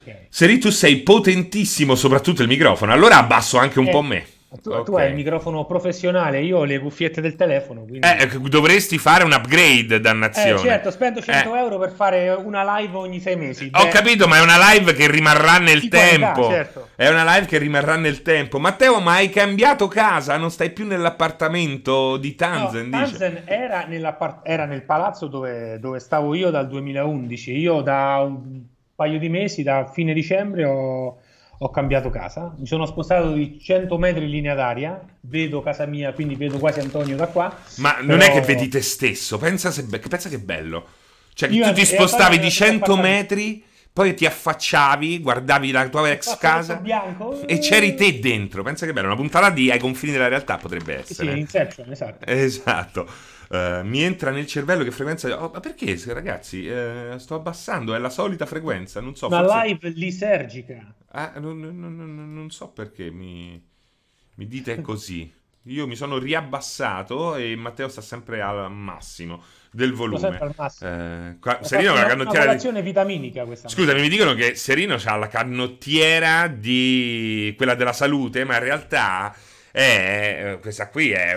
Seri, tu sei potentissimo, soprattutto il microfono, allora abbasso anche un po' me. Tu hai il microfono professionale, io ho le cuffiette del telefono, quindi... Dovresti fare un upgrade, dannazione. Certo, spendo 100 euro per fare una live ogni 6 mesi. Ho capito, ma è una live che rimarrà nel Di qualità, tempo. certo. È una live che rimarrà nel tempo. Matteo, ma hai cambiato casa? Non stai più nell'appartamento di Tanzen, No, dice? Tanzen era nel palazzo dove stavo io dal 2011. Io da un paio di mesi, da fine dicembre, ho cambiato casa. Mi sono spostato di 100 metri in linea d'aria. Vedo casa mia, quindi vedo quasi Antonio da qua. Ma non Però è che vedi te stesso, pensa che bello. Cioè, che io tu ti e Antonio spostavi nello di stesso 100 appartamento. metri, poi ti affacciavi, guardavi la tua ex Fazzoletto casa bianco. e c'eri te dentro. Pensa che bello, una puntata ai confini della realtà potrebbe Sì, essere. Inception, esatto. Esatto. Mi entra nel cervello che frequenza. Ma perché, ragazzi? Sto abbassando, è la solita frequenza. Non so, Una forse. live lisergica. Non so perché mi dite così. Io mi sono riabbassato e Matteo sta sempre al massimo del Sto sempre volume. al massimo. Ho Serino fatto ha la una canottiera di... colazione vitaminica questa Scusami, mattina. mi dicono che Serino ha la canottiera di quella della salute, ma in realtà questa qui è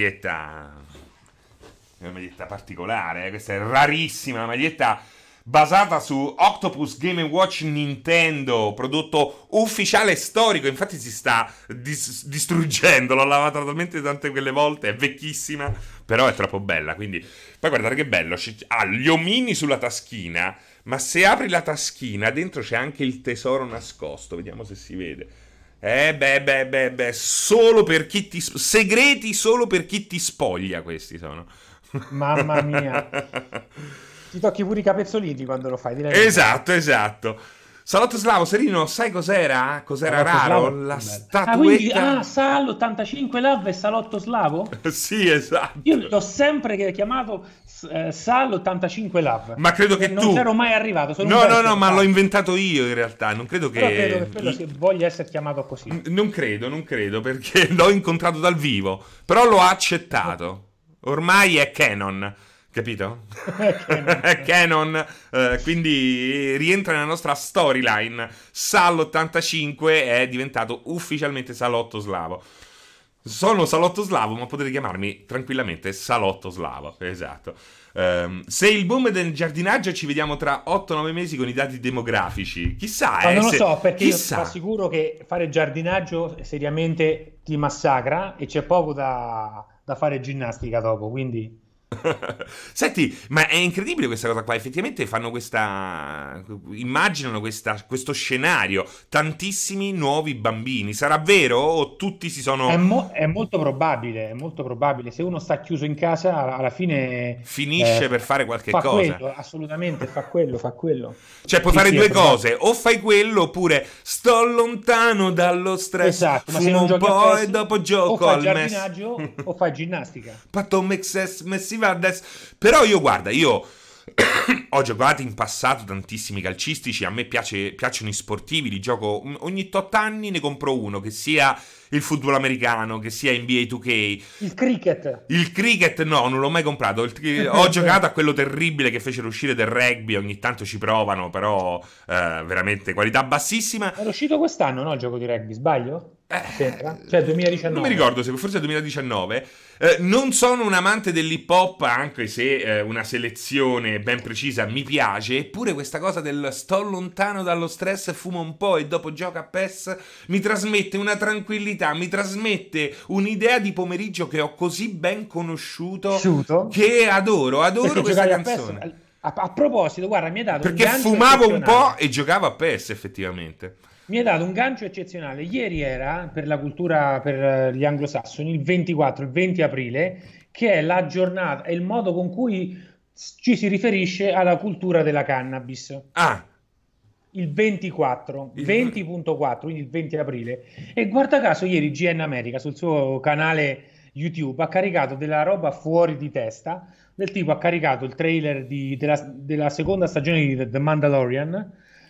una maglietta particolare. Questa è rarissima, una maglietta basata su Octopus Game Watch Nintendo, prodotto ufficiale storico. Infatti si sta distruggendo, l'ho lavata talmente tante quelle volte, è vecchissima, però è troppo bella. Quindi poi guardate che bello, ha gli omini sulla taschina, ma se apri la taschina dentro c'è anche il tesoro nascosto, vediamo se si vede. Solo per chi ti segreti solo per chi ti spoglia, questi sono. Mamma mia. Ti tocchi pure i capezzolini quando lo fai, di la verità. Esatto, esatto. Salotto Slavo, Serino, sai cos'era? Cos'era Salotto raro? slavo è La molto bello. Ah, quindi, statuetta. Sal 85 Love e Salotto Slavo? Sì, Io esatto. l'ho sempre chiamato Sal 85 Love. Ma credo E che non tu... c'ero mai arrivato, sono un No, no, vecchio, no, lo ma l'ho sai. inventato io in realtà. Non credo Però credo che... che quello voglia essere chiamato così. Non credo perché l'ho incontrato dal vivo. Però lo ha accettato. Ormai è canon. Capito? Che non... È canon, quindi rientra nella nostra storyline. Sal 85 è diventato ufficialmente Salotto Slavo. Sono Salotto Slavo, ma potete chiamarmi tranquillamente Salotto Slavo. Esatto. Se il boom del giardinaggio ci vediamo tra 8-9 mesi con i dati demografici. Chissà, No, non lo so, perché io ti chissà. assicuro che fare giardinaggio seriamente ti massacra e c'è poco da fare ginnastica dopo, quindi... Senti, ma è incredibile questa cosa qua. Effettivamente fanno questa. Immaginano questo scenario. Tantissimi nuovi bambini. Sarà vero? O tutti si sono. È molto probabile, è molto probabile. Se uno sta chiuso in casa, alla fine Finisce per fare qualche fa cosa. quello, assolutamente fa quello, fa quello. Cioè, puoi Sì, fare sì, è due probabile. cose. O fai quello, oppure sto lontano dallo stress. Esatto, ma se Fumo non un giochi a po' e PES, dopo o gioco fai al mess. giardinaggio o fai ginnastica. Patto Messi Vardes. Però io, guarda, io ho giocato in passato tantissimi calcistici. A me piacciono i sportivi, li gioco ogni tot anni, ne compro uno, che sia il football americano, che sia NBA 2K. Il cricket. Il cricket no, non l'ho mai comprato. Ho giocato a quello terribile che fecero uscire del rugby. Ogni tanto ci provano, però veramente qualità bassissima. Era uscito quest'anno, no? Il gioco di rugby, sbaglio? Sembra. Cioè Non mi 2019. ricordo se forse 2019. Non sono un amante dell'hip hop, anche se una selezione ben precisa mi piace. Eppure questa cosa del sto lontano dallo stress, fumo un po' e dopo gioco a PES mi trasmette una tranquillità, mi trasmette un'idea di pomeriggio che ho così ben conosciuto Asciutto. che adoro Perché questa giocavi a canzone. PES? A proposito, guarda, mi hai dato un Perché gancio fumavo un po' eccezionale. e giocavo a PES effettivamente. Mi hai dato un gancio eccezionale. Ieri era, per la cultura, per gli anglosassoni, il 24, il 20 aprile, che è la giornata, è il modo con cui ci si riferisce alla cultura della cannabis. Ah, Il 24, il... 20.4, quindi il 20 aprile. E guarda caso, ieri GN America sul suo canale YouTube ha caricato della roba fuori di testa. Del tipo ha caricato il trailer della seconda stagione di The Mandalorian,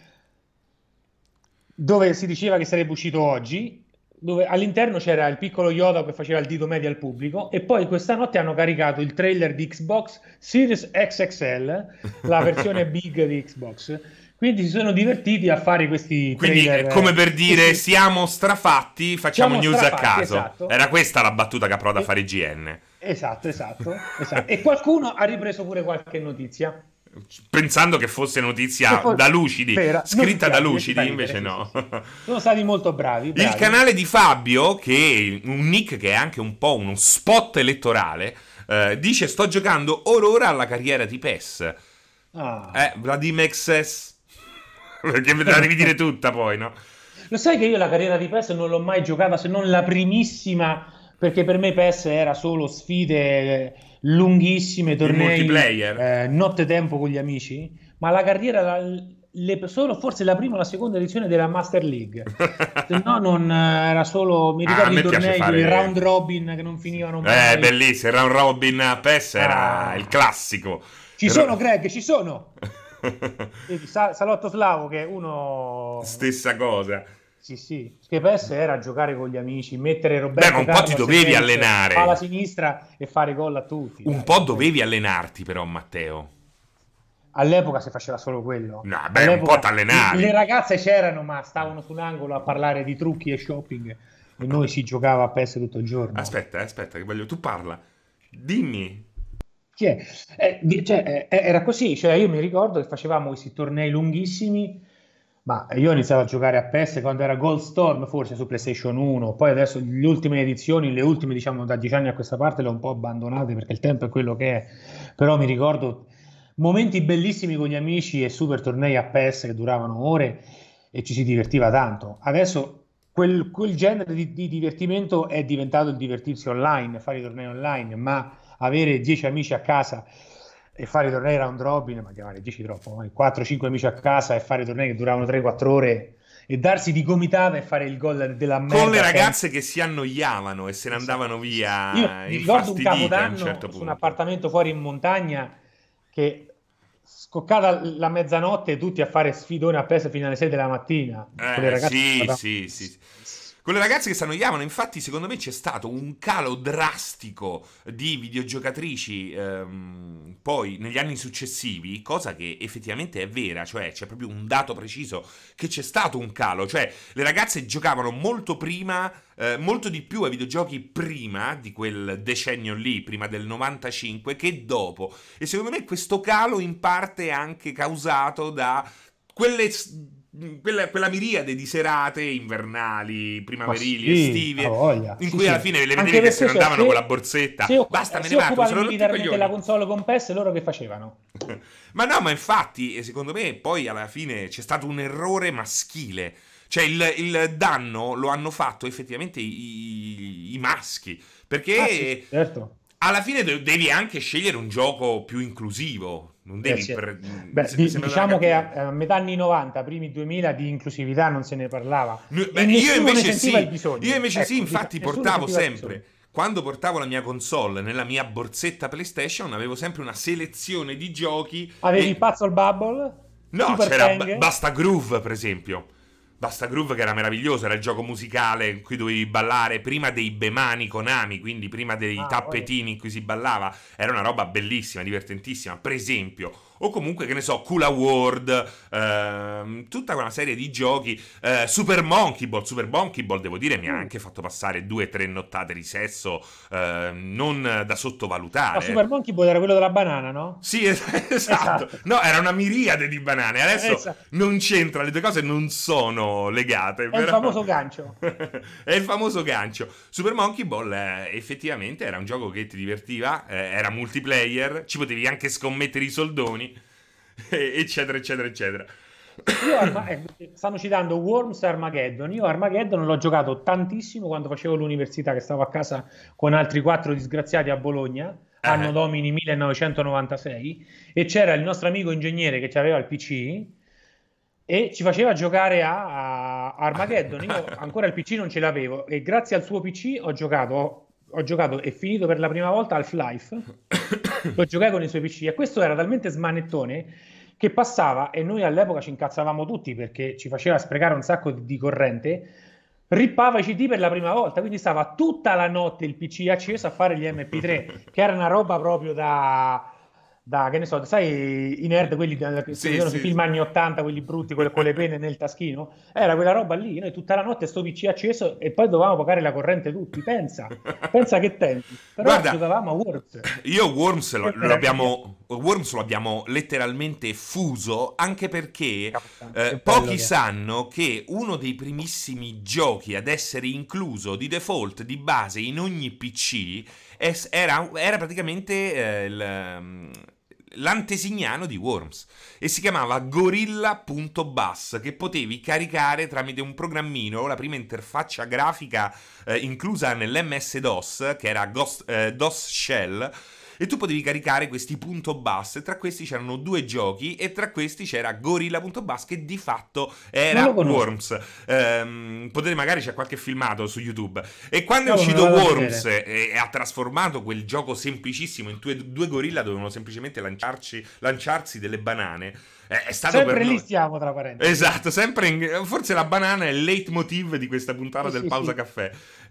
dove si diceva che sarebbe uscito oggi, dove all'interno c'era il piccolo Yoda che faceva il dito medio al pubblico, e poi questa notte hanno caricato il trailer di Xbox Series XXL, la versione big di Xbox, Quindi si sono divertiti a fare questi Quindi trailer. è come per dire Sì, sì. siamo strafatti, facciamo Siamo news a strafatti, caso. esatto. Era questa la battuta che ha provato a E- fare IGN. esatto, esatto, esatto. E qualcuno ha ripreso pure qualche notizia. Pensando che fosse Che notizia poi, da lucidi, vera, non scritta da fiabile, ci fa lucidi, ridere, invece sì, sì, no. sì. Sono stati molto bravi, Il bravi. canale di Fabio, che è un nick che è anche un po' uno spot elettorale, dice sto giocando ora alla carriera di PES. Ah. Vladimir XS. Perché me la devi dire tutta poi, no? Lo sai che io la carriera di PES non l'ho mai giocata se non la primissima, perché per me PES era solo sfide lunghissime, Il tornei multiplayer. nottetempo con gli amici, ma la carriera, solo forse la prima o la seconda edizione della Master League. Se no non era solo, mi Ah, a ricordo i me piace tornei, quelli fare. round robin che non finivano mai. Bellissimo. Il round robin a PES era il Ah, classico. ci sono Greg, ci sono! Vedi, Salotto Slavo che è uno. Stessa cosa. Sì, sì, che PES era giocare con gli amici, mettere Beh, ma Roberto un po' ti Carlos e dovevi Felix alla allenare. sinistra e fare gol a tutti. Un Dai, po' su, dai. dovevi allenarti, però, Matteo. All'epoca si faceva solo quello. No, beh, un po' All'epoca le t'allenavi. ragazze c'erano, ma stavano sull'angolo a parlare di trucchi e shopping e noi si giocava a PES tutto il giorno. Aspetta, che voglio. Tu parla. Dimmi. Chi è? Era così, cioè io mi ricordo che facevamo questi tornei lunghissimi, ma io ho iniziato a giocare a PES quando era Gold Storm, forse su PlayStation 1, poi adesso le ultime edizioni, le ultime diciamo da 10 anni a questa parte le ho un po' abbandonate perché il tempo è quello che è, però mi ricordo momenti bellissimi con gli amici e super tornei a PES che duravano ore e ci si divertiva tanto. Adesso quel genere di divertimento è diventato il divertirsi online, fare i tornei online, ma avere 10 amici a casa e fare i tornei round robin, ma chiamare 10 troppo, 4-5 amici a casa e fare tornei che duravano 3-4 ore e darsi di gomitata e fare il gol della Con le merda ragazze che si annoiavano e se ne esatto, andavano sì, sì. Io via mi ricordo un infastidite a un capodanno certo su un punto. appartamento fuori in montagna che scoccata la mezzanotte tutti a fare sfidone a PES fino alle 6 della mattina con le ragazze che Sì, guardavano sì, sì. Con le ragazze che si annoiavano, infatti, secondo me c'è stato un calo drastico di videogiocatrici poi negli anni successivi, cosa che effettivamente è vera, cioè c'è proprio un dato preciso che c'è stato un calo, cioè le ragazze giocavano molto prima, molto di più ai videogiochi prima di quel decennio lì, prima del 95, che dopo. E secondo me questo calo in parte è anche causato da quella miriade di serate invernali, ma primaverili, sì, ha estive, voglia, in sì, cui alla sì. fine le Anche vedevi che se perché ne cioè, andavano con la se, borsetta. se, occu- Basta, me ne se vado, occupavi sono rotti i militarmente la coglioni. console con PES, loro che facevano? Ma no, ma infatti, secondo me, poi alla fine c'è stato un errore maschile. Cioè, il danno lo hanno fatto effettivamente i maschi. Ah sì, Perché certo. alla fine devi anche scegliere un gioco più inclusivo. Non devi. Sì. Beh, Mi sembra una diciamo che cattiva. a metà anni 90, primi 2000 di inclusività non se ne parlava Beh, e nessuno ne sentiva il io bisogno. invece sì, Ecco, infatti nessuno ne portavo sentiva il bisogno. sempre, quando portavo la mia console nella mia borsetta PlayStation, avevo sempre una selezione di giochi Avevi il e. Puzzle Bubble, No, Super c'era Fang. Basta Groove, per esempio. Basta Groove che era meraviglioso, era il gioco musicale in cui dovevi ballare prima dei Bemani Konami, quindi prima dei Ah, voglia. tappetini in cui si ballava. Era una roba bellissima, divertentissima, per esempio. O comunque, che ne so, Kula World, tutta una serie di giochi. Super Monkey Ball. Super Monkey Ball, devo dire, mi ha Mm. anche fatto passare 2 o 3 nottate di sesso non da Ma sottovalutare. Super Monkey Ball era quello della banana, no? Sì, esatto. Esatto. No, era una miriade di banane. Adesso Esatto. non c'entra, le due cose non sono legate, È il però. famoso gancio. È il famoso gancio. Super Monkey Ball effettivamente era un gioco che ti divertiva, era multiplayer, ci potevi anche scommettere i soldoni, eccetera, eccetera, eccetera. Stanno citando Worms e Armageddon. Io Armageddon l'ho giocato tantissimo quando facevo l'università, che stavo a casa con altri 4 disgraziati a Bologna, anno Eh, domini 1996, e c'era il nostro amico ingegnere che aveva il PC e ci faceva giocare a Armageddon. Io ancora il PC non ce l'avevo e grazie al suo PC ho giocato e finito per la prima volta Half-Life. Lo giocai con i suoi PC e questo era talmente smanettone che passava e noi all'epoca ci incazzavamo tutti perché ci faceva sprecare un sacco di corrente, rippava i CD per la prima volta, quindi stava tutta la notte il PC acceso a fare gli MP3, che era una roba proprio che ne so, sai i nerd, quelli che si Sì, vedono sui sì, film sì. anni 80, quelli brutti, con le penne nel taschino? Era quella roba lì, noi tutta la notte sto PC acceso e poi dovevamo pagare la corrente tutti, pensa che tempi. Però Guarda, giocavamo a Worms, io Worms che meraviglia. Worms lo abbiamo letteralmente fuso, anche perché Capodanno, che bello pochi che è. sanno che uno dei primissimi giochi ad essere incluso di default, di base, in ogni PC era praticamente l'antesignano di Worms e si chiamava Gorilla.bus, che potevi caricare tramite un programmino, la prima interfaccia grafica inclusa nell'MS-DOS, che era DOS Shell, e tu potevi caricare questi .bus, e tra questi c'erano due giochi, e tra questi c'era Gorilla.bus, che di fatto Non lo era conosco, Worms. Potete, magari c'è qualche filmato su YouTube. E quando è cavolo, me lo uscito vado a Worms vedere. e ha trasformato quel gioco semplicissimo in due gorilla dovevano semplicemente lanciarsi delle banane, è stato per Sempre lì noi. stiamo, tra parentesi. Esatto, forse la banana è il leitmotiv di questa puntata Sì, del sì, Pausa sì. Caffè.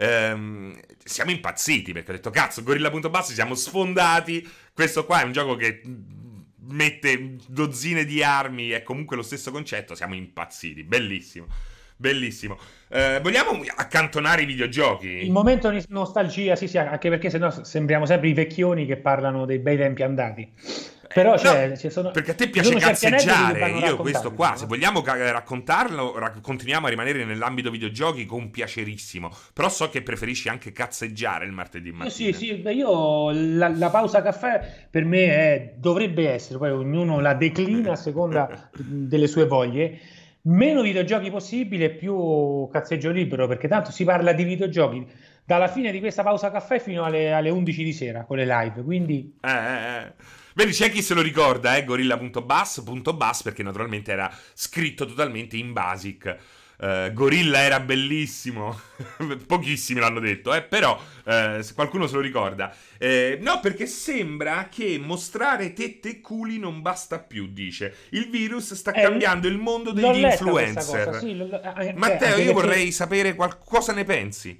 Siamo impazziti perché ho detto, cazzo, Gorilla.bus, siamo sfondati. Questo qua è un gioco che mette dozzine di armi, è comunque lo stesso concetto. Siamo impazziti, bellissimo, bellissimo. Vogliamo accantonare i Il videogiochi? momento di nostalgia, sì, sì, anche perché sennò sembriamo sempre i vecchioni che parlano dei bei tempi andati. Però No, perché a te ci piace sono certi aneddoti che cazzeggiare. vanno Io questo raccontati, qua, se però. vogliamo raccontarlo, continuiamo a rimanere nell'ambito videogiochi con piacerissimo. Però so che preferisci anche cazzeggiare il martedì Io sì, mattina. sì, beh, io la pausa caffè per me dovrebbe essere, poi ognuno la declina a seconda delle sue voglie. Meno videogiochi possibile, più cazzeggio libero, perché tanto si parla di videogiochi dalla fine di questa pausa caffè fino alle 11 di sera con le live. Quindi Vedi, c'è chi se lo ricorda, Gorilla.bus, perché naturalmente era scritto totalmente in basic. Gorilla era bellissimo. Pochissimi l'hanno detto, però se qualcuno se lo ricorda. No, perché sembra che mostrare tette e culi non basta più, dice. Il virus sta eh, cambiando il mondo l'ho degli letta questa cosa, influencer. sì, Matteo, anche io perché vorrei sapere cosa ne pensi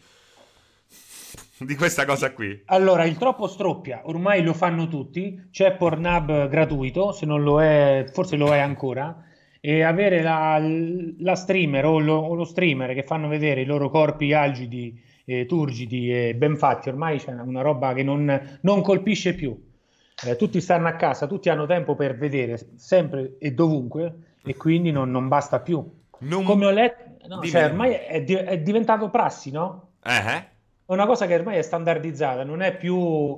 di questa cosa qui. allora, il troppo stroppia, ormai lo fanno tutti, c'è Pornhub gratuito, se non lo è, forse lo è ancora, e avere la streamer o lo streamer che fanno vedere i loro corpi algidi, turgidi e ben fatti, ormai c'è una roba che non colpisce più. Tutti stanno a casa, tutti hanno tempo per vedere sempre e dovunque e quindi non basta più. Non... Come ho letto, no, Dimmi, cioè dimmi. ormai è diventato prassi, no? Eh? È una cosa che ormai è standardizzata, non è più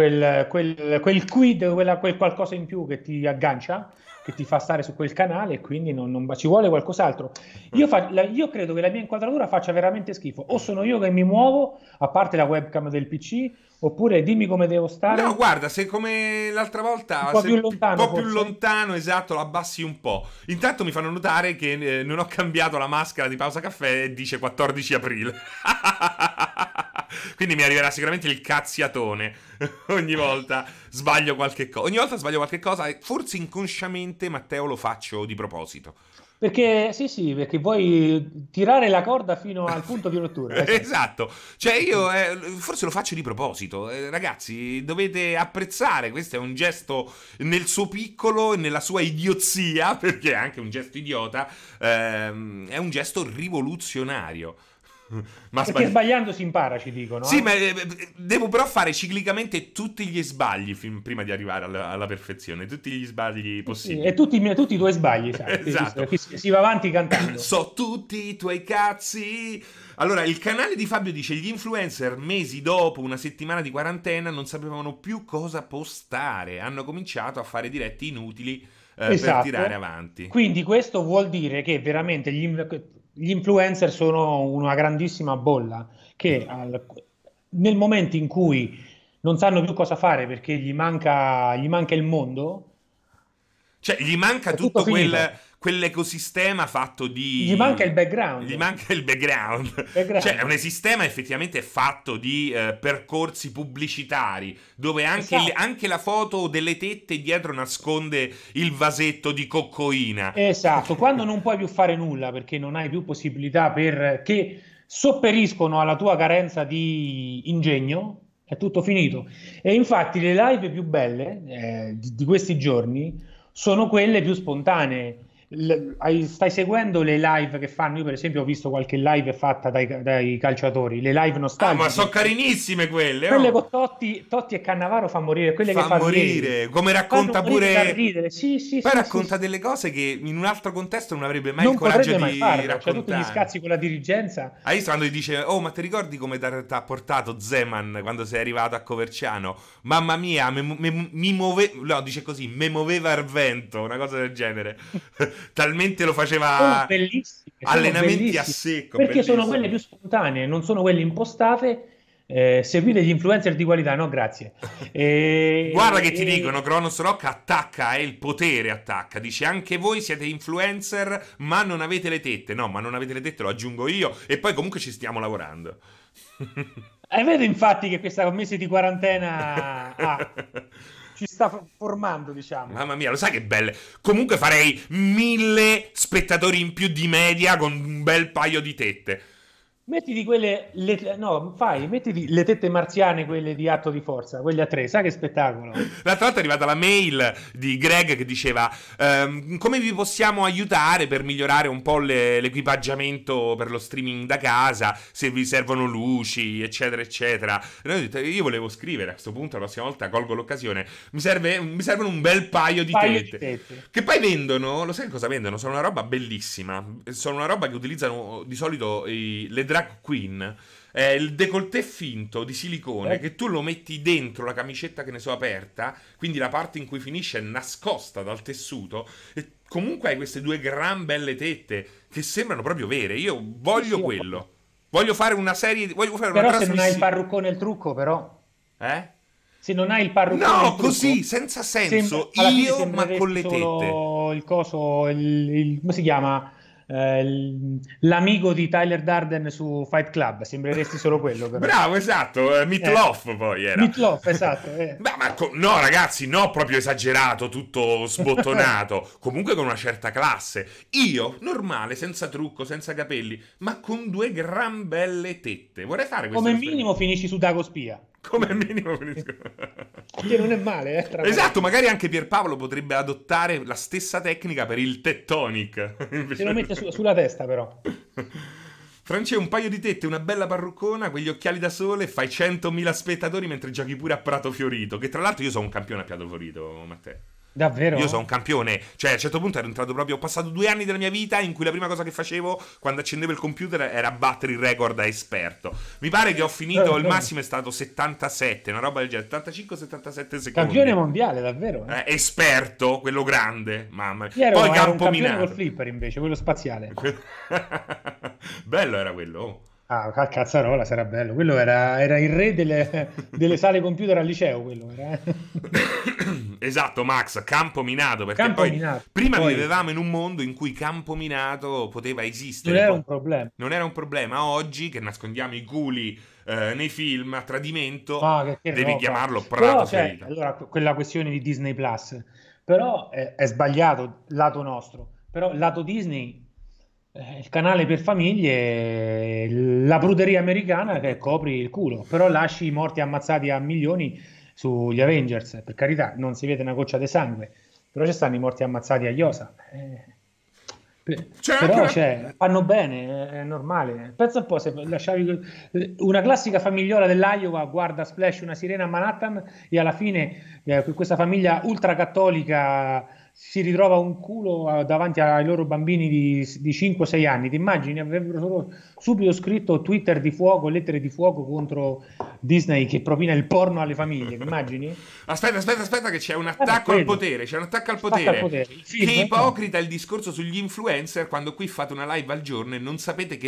quel quid, quel qualcosa in più che ti aggancia, che ti fa stare su quel canale e quindi ci vuole qualcos'altro. Io credo che la mia inquadratura faccia veramente schifo. O sono io che mi muovo, a parte la webcam del PC, oppure dimmi come devo No, stare, guarda, se come l'altra un volta, po' se più un lontano po' più forse. lontano, esatto, lo abbassi un po'. Intanto mi fanno notare che non ho cambiato la maschera di Pausa Caffè e dice 14 aprile. Quindi mi arriverà sicuramente il cazziatone ogni volta sbaglio qualche cosa. Ogni volta sbaglio qualche cosa e forse inconsciamente, Matteo, lo faccio di proposito. Perché sì, sì, perché vuoi tirare la corda fino al punto di rottura, esatto. Esatto, cioè io forse lo faccio di proposito. Ragazzi, dovete apprezzare, questo è un gesto nel suo piccolo e nella sua idiozia, perché è anche un gesto idiota, è un gesto rivoluzionario. Ma Perché sbaglio. sbagliando si impara, ci dicono, Sì, eh? ma devo però fare ciclicamente tutti gli sbagli prima di arrivare alla perfezione, tutti gli sbagli Sì, sì, e possibili. tutti i tuoi sbagli, sai, Esatto. si va avanti cantando. So tutti i tuoi cazzi. Allora, il canale di Fabio dice: gli influencer, mesi dopo una settimana di quarantena, non sapevano più cosa postare. Hanno cominciato a fare dirette inutili per tirare Esatto. avanti. Quindi questo vuol dire che veramente gli influencer sono una grandissima bolla, che nel momento in cui non sanno più cosa fare perché gli manca il mondo, Cioè, gli manca è tutto tutto finito. quell'ecosistema fatto Gli manca il di. Gli background. manca il background. Cioè, è Background. un ecosistema effettivamente fatto di percorsi pubblicitari, dove Esatto. anche la foto delle tette dietro nasconde il vasetto di coccoina. Esatto, quando non puoi più fare nulla perché non hai più possibilità che sopperiscono alla tua carenza di ingegno, è tutto finito. E infatti le live più belle di questi giorni sono quelle più spontanee. Stai seguendo le live che fanno? Io, per esempio, ho visto qualche live fatta dai calciatori, le live Ah, ma sono nostalgiche. carinissime quelle, Quelle oh. con Totti e Cannavaro fa morire, quelle che Fa fa Vieri morire, come fanno racconta morire da pure. ridere. Sì, sì, Poi sì, sì, racconta sì. delle cose che in un altro contesto non avrebbe mai il Non coraggio potrebbe mai di farlo, cioè tutti gli raccontare. scazzi con la dirigenza. Hai visto quando gli dice: Oh, ma ti ricordi come ti ha portato Zeman quando sei arrivato a Coverciano? Mamma mia, mi muoveva. No, dice così: me muoveva il vento, una cosa del genere. Talmente lo faceva. Sono Allenamenti a bellissime, secco, perché sono quelle bellissimo. più spontanee, non sono quelle impostate. Seguite gli influencer di qualità, no, grazie. Guarda che ti E, dicono, Kronos Rock attacca, è il potere attacca. Dice anche voi siete influencer, ma non avete le tette. No, ma non avete le tette, lo aggiungo io. E poi comunque ci stiamo lavorando. vedo infatti che questa mese di quarantena ci sta formando, diciamo. Mamma mia, lo sai che belle. Comunque farei 1000 spettatori in più di media con un bel paio di tette. Mettiti no, mettiti le tette marziane, quelle di Atto di Forza, quelle a tre, sai che spettacolo? L'altra volta è arrivata la mail di Greg che diceva come vi possiamo aiutare per migliorare un po' l'equipaggiamento per lo streaming da casa, se vi servono luci, eccetera, eccetera. E noi ho detto, io volevo scrivere a questo punto, la prossima volta colgo l'occasione, mi servono un bel paio di Paio di tette. tette. Che poi vendono, lo sai cosa vendono? Sono una roba bellissima. Sono una roba che utilizzano di solito le drag queen. È il décolleté finto di silicone che tu lo metti dentro la camicetta, che ne so, aperta, quindi la parte in cui finisce è nascosta dal tessuto e comunque hai queste due gran belle tette che sembrano proprio vere. Io Sì, voglio sì, quello. Voglio fare una serie, voglio fare una però se non hai il trasmissione. parruccone e il trucco, però, Eh? se non hai il parruccone e il No, trucco, così, senza senso. alla fine Io, ma con sembreresti le tette. solo il coso, come si chiama? L'amico di Tyler Darden su Fight Club, sembreresti solo quello, però. Bravo, esatto. Eh, Meatloaf poi era. Meatloaf, esatto. Beh, ma no, ragazzi, no, proprio esagerato, tutto sbottonato. Comunque con una certa classe. Io, normale, senza trucco, senza capelli, ma con due gran belle tette. Vorrei fare questo Come esperimento. minimo finisci su Dago Spia, Come minimo finisco. che non è male, tra Esatto, parentesi. magari anche Pierpaolo potrebbe adottare la stessa tecnica per il tettonic. Se lo mette sulla testa, però. Francia, un paio di tette, una bella parruccona, quegli occhiali da sole, e fai 100.000 spettatori mentre giochi pure a Prato Fiorito. Che tra l'altro io sono un campione a Prato Fiorito, Matteo. Io sono un Davvero? campione, cioè a un certo punto ero entrato proprio, ho passato 2 anni della mia vita in cui la prima cosa che facevo quando accendevo il computer era battere il record da esperto. Mi pare che ho finito, il massimo è stato 77, una roba del genere, 75-77 Campione secondi. mondiale, davvero? Esperto, quello grande, mamma mia. Io ero Poi un campo campione col minato. flipper, invece, quello spaziale. Bello era quello. Oh. Ah, cazzarola, sarà bello. Quello era il re delle sale computer al liceo, quello era. Esatto, Max, campo minato, perché Campo poi minato. prima Poi vivevamo in un mondo in cui campo minato poteva non esistere, era poi un problema. non era un problema. Oggi che nascondiamo i culi nei film a tradimento, Ah, che devi roba. chiamarlo Però Prato c'è, Fiorito. allora, quella questione di Disney Plus, però è sbagliato lato nostro, però lato Disney, il canale per famiglie, la pruderia americana che copri il culo, però lasci i morti ammazzati a milioni sugli Avengers, per carità, non si vede una goccia di sangue, però ci stanno i morti ammazzati a Iosa. C'è anche Però una... fanno bene, è normale. Pensa un po' se lasciavi una classica famigliola dell'Iowa, guarda Splash, una sirena a Manhattan e alla fine questa famiglia ultracattolica si ritrova un culo davanti ai loro bambini di 5-6 anni. Ti immagini? Avrebbero subito scritto Twitter di fuoco, lettere di fuoco contro Disney che propina il porno alle famiglie. Ti immagini? Aspetta, che c'è un attacco al Quello. potere. C'è un attacco al Attacca al potere. potere. Il film, Che no? ipocrita il discorso sugli influencer quando qui fate una live al giorno e non sapete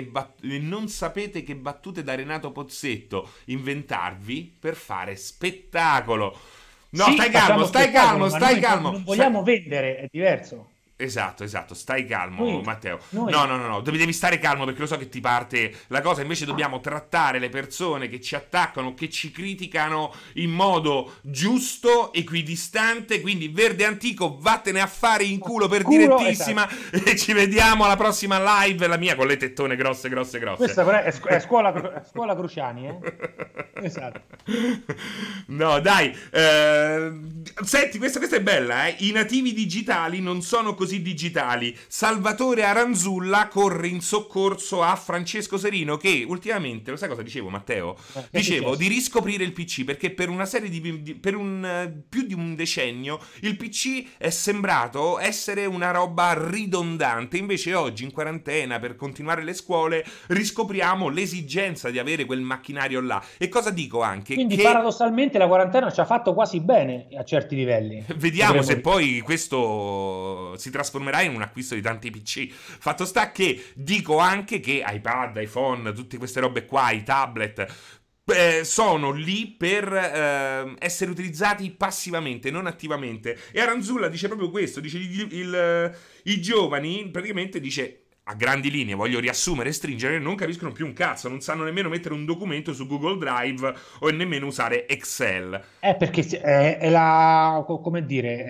che battute da Renato Pozzetto inventarvi per fare spettacolo. No, Sì, stai facciamo calmo, stai spettacolo, calmo, ma stai noi calmo. non vogliamo vendere, è diverso. Esatto, stai calmo, Noi, Matteo. noi No, devi stare calmo perché lo so che ti parte la cosa. Invece dobbiamo trattare le persone che ci attaccano, che ci criticano in modo giusto, equidistante. Quindi, verde antico, vattene a fare in culo per culo, direttissima. esatto. E ci vediamo alla prossima live. La mia con le tettone grosse. Questa però è scuola Cruciani, eh? Esatto. No, dai. Senti, questa è bella, eh. I nativi digitali non sono così digitali. Salvatore Aranzulla corre in soccorso a Francesco Serino che ultimamente, lo sai cosa dicevo, Matteo? Che è Dicevo successo? di riscoprire il PC perché per una serie per un più di un decennio il PC è sembrato essere una roba ridondante. Invece oggi in quarantena per continuare le scuole riscopriamo l'esigenza di avere quel macchinario là. E cosa dico anche? Quindi Che paradossalmente la quarantena ci ha fatto quasi bene a certi livelli. vediamo Potremmo se dire. poi questo si trasformerà in un acquisto di tanti PC. Fatto sta che dico anche che iPad, iPhone, tutte queste robe qua, i tablet sono lì per essere utilizzati passivamente, non attivamente. E Aranzulla dice proprio questo, dice i giovani, praticamente dice a grandi linee, voglio riassumere e stringere, non capiscono più un cazzo, non sanno nemmeno mettere un documento su Google Drive o nemmeno usare Excel. Perché è la, come dire,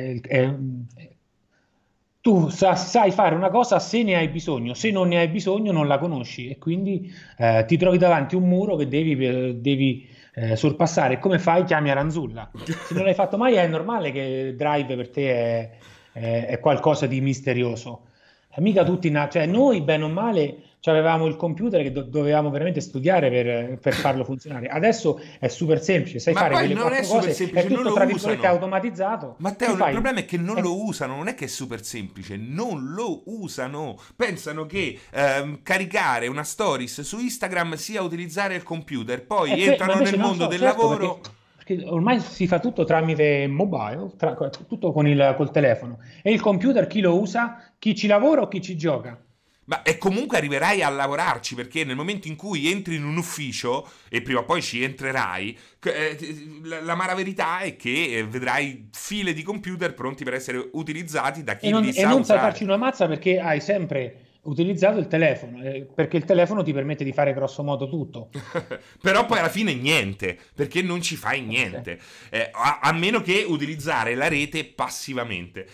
tu sai fare una cosa se ne hai bisogno, se non ne hai bisogno non la conosci e quindi ti trovi davanti un muro che devi sorpassare. Come fai? Chiami Aranzulla. Se non l'hai fatto mai è normale che Drive per te è qualcosa di misterioso. Mica tutti, cioè noi bene o male avevamo il computer che dovevamo veramente studiare per farlo funzionare. Adesso è super semplice, sai Ma fare poi quelle non è quattro super cose, semplice, è non tutto lo tra virgolette usano. automatizzato. Matteo, Tu il fai, problema è che non è- lo usano, non è che è super semplice, non lo usano. Pensano che caricare una stories su Instagram sia utilizzare il computer, poi Ma entrano nel invece non mondo so, del certo, lavoro. perché ormai si fa tutto tramite mobile, tutto col telefono. E il computer chi lo usa? Chi ci lavora o chi ci gioca? Ma e comunque arriverai a lavorarci perché nel momento in cui entri in un ufficio e prima o poi ci entrerai, l'amara verità è che vedrai file di computer pronti per essere utilizzati da chi li E sa non sai farci usare. una mazza perché hai sempre utilizzato il telefono, perché il telefono ti permette di fare grosso modo tutto. Però poi alla fine niente, perché non ci fai Sì. niente, a meno che utilizzare la rete passivamente.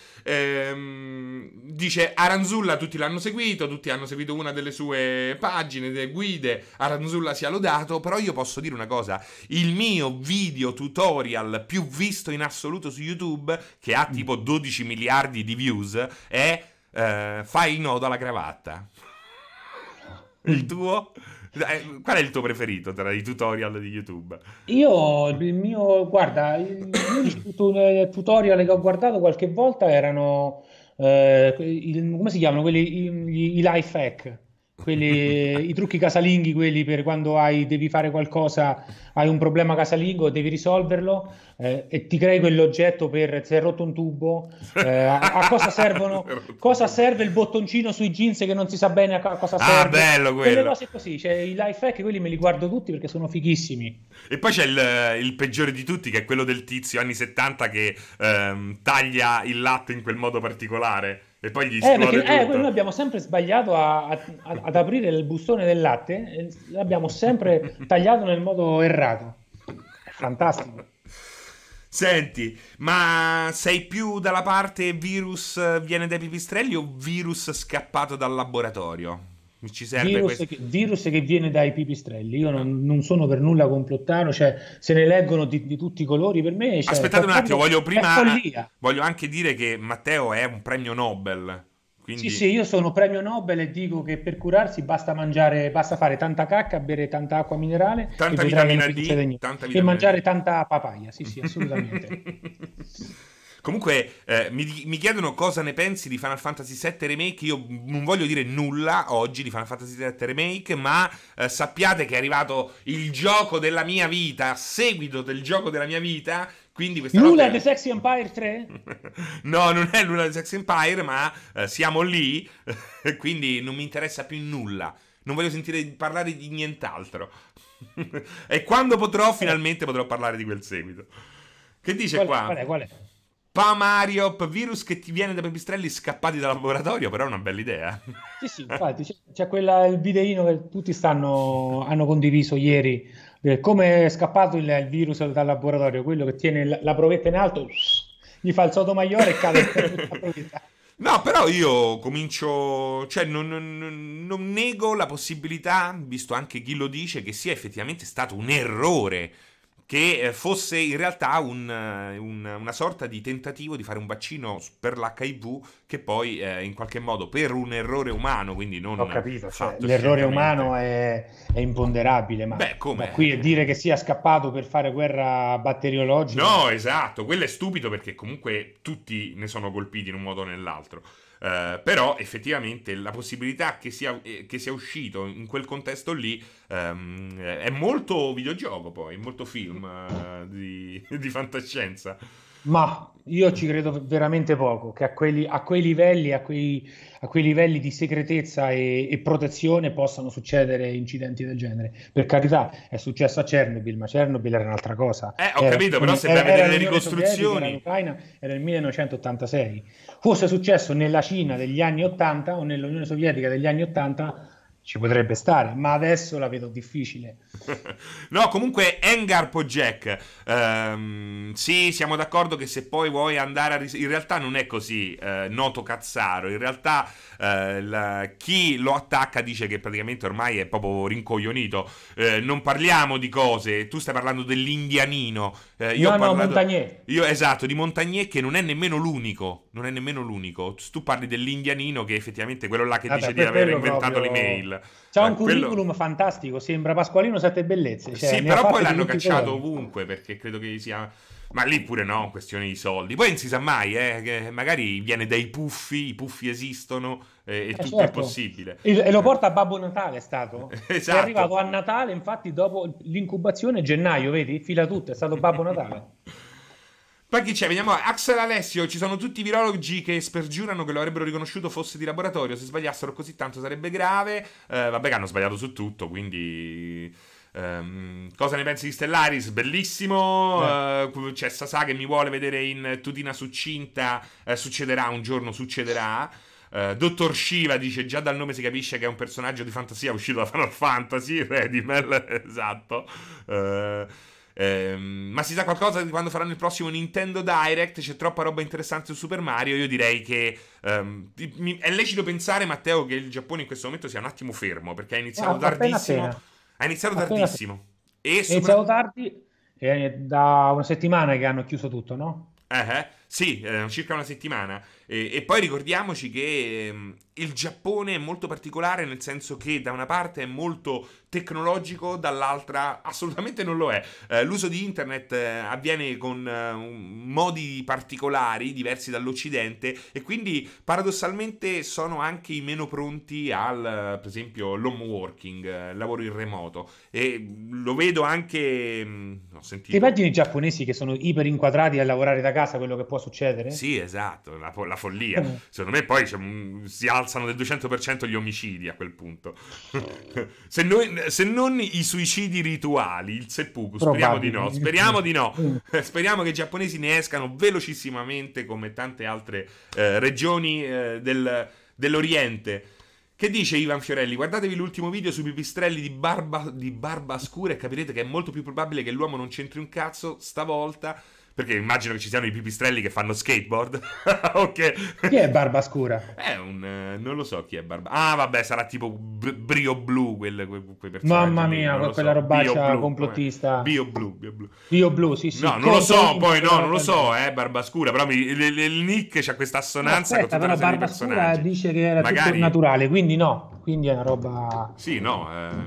Dice Aranzulla, tutti l'hanno seguito, tutti hanno seguito una delle sue pagine, delle guide, Aranzulla sia lodato, però io posso dire una cosa, il mio video tutorial più visto in assoluto su YouTube, che ha Mm. tipo 12 miliardi di views, è fai il nodo alla cravatta. Il Mm. tuo? Qual è il tuo preferito tra i tutorial di YouTube? Il mio, guarda, gli unici tutorial che ho guardato qualche volta erano, come si chiamano? I life hack, i trucchi casalinghi, quelli per quando devi fare qualcosa, hai un problema casalingo, devi risolverlo, e ti crei quell'oggetto per, se è rotto un tubo, a cosa servono, cosa serve il bottoncino sui jeans che non si sa bene a cosa Ah, serve. bello Quelle quello. cose così, cioè i life hack, quelli me li guardo tutti perché sono fighissimi. E poi c'è il peggiore di tutti, che è quello del tizio anni 70 che taglia il latte in quel modo particolare e poi gli Perché esplode noi tutto. abbiamo sempre sbagliato ad aprire il bustone del latte, e l'abbiamo sempre tagliato nel modo errato. È fantastico. Senti, ma sei più dalla parte virus viene dai pipistrelli o virus scappato dal laboratorio? Mi ci serve questo. Virus che viene dai pipistrelli. Io non sono per nulla complottaro, cioè se ne leggono di tutti i colori. Per me, cioè, Aspettate un attimo, è follia. voglio anche dire che Matteo è un premio Nobel, Sì, quindi sì, io sono premio Nobel e dico che per curarsi basta mangiare, basta fare tanta cacca, bere tanta acqua minerale e tanta vedrai che non vitamina ti succede D, niente. tanta E vitamina D. mangiare tanta papaya, sì, sì, assolutamente. Comunque, mi chiedono cosa ne pensi di Final Fantasy VII Remake. Io non voglio dire nulla oggi di Final Fantasy VII Remake, ma sappiate che è arrivato il gioco della mia vita, a seguito del gioco della mia vita. Quindi questa Lula The notte. Sexy Empire 3? No, non è l'una di Sex Empire, ma siamo lì. Quindi non mi interessa più nulla. Non voglio sentire parlare di nient'altro. E quando potrò, finalmente potrò parlare di quel seguito. Che dice qua? Qual è? Pamariop, virus che ti viene da pipistrelli scappati dal laboratorio, però è una bella idea. Sì, infatti c'è il videino che tutti hanno condiviso ieri, come è scappato il virus dal laboratorio, quello che tiene la provetta in alto, gli fa il sotomagliore e cade la provetta. No, però io comincio, cioè non nego la possibilità, visto anche chi lo dice, che sia effettivamente stato un errore, che fosse in realtà una sorta di tentativo di fare un vaccino per l'HIV che poi in qualche modo per un errore umano, quindi non Ho capito, fatto l'errore scientemente. umano è imponderabile, ma Beh, da come? qui a dire che sia scappato per fare guerra batteriologica. No, esatto, quello è stupido perché comunque tutti ne sono colpiti in un modo o nell'altro. Però effettivamente la possibilità che sia uscito in quel contesto lì è molto videogioco poi, molto film di fantascienza. Ma io ci credo veramente poco, che a quei livelli, a quei livelli di segretezza e protezione possano succedere incidenti del genere. Per carità, è successo a Chernobyl, ma Chernobyl era un'altra cosa. Ho capito, però se vai a vedere Era le l'Unione Sovietica, era ricostruzioni... l'Ucraina, era il 1986. Fosse successo nella Cina degli anni 80 o nell'Unione Sovietica degli anni 80, ci potrebbe stare, ma adesso la vedo difficile. No, comunque Engar Jack. Sì, siamo d'accordo che se poi vuoi andare in realtà non è così noto cazzaro. In realtà chi lo attacca dice che praticamente ormai è proprio rincoglionito. Non parliamo di cose. Tu stai parlando dell'indianino. Io ho No, no, parlato. Montagnier. Esatto, di Montagnier che non è nemmeno l'unico. Non è nemmeno l'unico. Tu parli dell'indianino che effettivamente è quello là che dice Vabbè, di aver quello inventato proprio. l'email. C'ha un Quello. curriculum fantastico, sembra Pasqualino Sette Bellezze, cioè Sì, ne ha però poi fatte di l'hanno tutti i cacciato colori. ovunque perché credo che sia. Ma lì pure no, questione di soldi. Poi non si sa mai, che magari viene dai puffi, i puffi esistono e tutto è Certo. possibile. E lo porta a Babbo Natale, è stato. È Esatto. arrivato a Natale, infatti dopo l'incubazione gennaio, vedi? Fila tutto, è stato Babbo Natale. Poi chi c'è? Vediamo. Axel Alessio, ci sono tutti i virologi che spergiurano che lo avrebbero riconosciuto fosse di laboratorio. Se sbagliassero così tanto sarebbe grave. Vabbè che hanno sbagliato su tutto, quindi... cosa ne pensi di Stellaris? Bellissimo. Eh. C'è Sasà che mi vuole vedere in tutina succinta. Succederà un giorno, succederà. Dottor Shiva dice: già dal nome si capisce che è un personaggio di fantasia uscito da Final Fantasy. Redimel, esatto. Ma si sa qualcosa di quando faranno il prossimo Nintendo Direct? C'è troppa roba interessante su Super Mario. Io direi che è lecito pensare, Matteo, che il Giappone in questo momento sia un attimo fermo perché ha iniziato Appena tardissimo. appena. Ha iniziato Appena appena. tardissimo. E È iniziato tardi, da una settimana che hanno chiuso tutto, no? Sì, circa una settimana. E poi ricordiamoci che il Giappone è molto particolare nel senso che da una parte è molto tecnologico, dall'altra assolutamente non lo è. L'uso di internet avviene con modi particolari, diversi dall'Occidente, e quindi paradossalmente sono anche i meno pronti al, per esempio, l'home working, lavoro in remoto. E lo vedo anche... ho Ti sentito... immagini i giapponesi che sono iper inquadrati a lavorare da casa, quello che può succedere? Sì, esatto, la follia. Secondo me poi si alzano del 200% gli omicidi a quel punto. Se non i suicidi rituali, il seppuku, speriamo di no. Probabile. Speriamo di no. Mm. Speriamo che i giapponesi ne escano velocissimamente come tante altre regioni dell'Oriente. Che dice Ivan Fiorelli? Guardatevi l'ultimo video sui pipistrelli di barba scura e capirete che è molto più probabile che l'uomo non c'entri un cazzo stavolta. Perché immagino che ci siano i pipistrelli che fanno skateboard. Chi è Ok. Barba Scura? È un... non lo so chi è Barba. Ah, vabbè, sarà tipo Brio Blu, quei personaggi Mamma lì. mia, Non lo quella so. Bio robaccia Blu, com'è? complottista. Bio Blu, Bio Blu. Io blu, sì, No, sì, non lo so, Contro poi no, quella non lo roba so, lì. Barbascura, però il nick c'ha questa No, assonanza con aspetta, tutta una però serie di Barba Scura personaggi. dice che era tutto Magari... naturale, quindi no, quindi è una roba. Sì, no,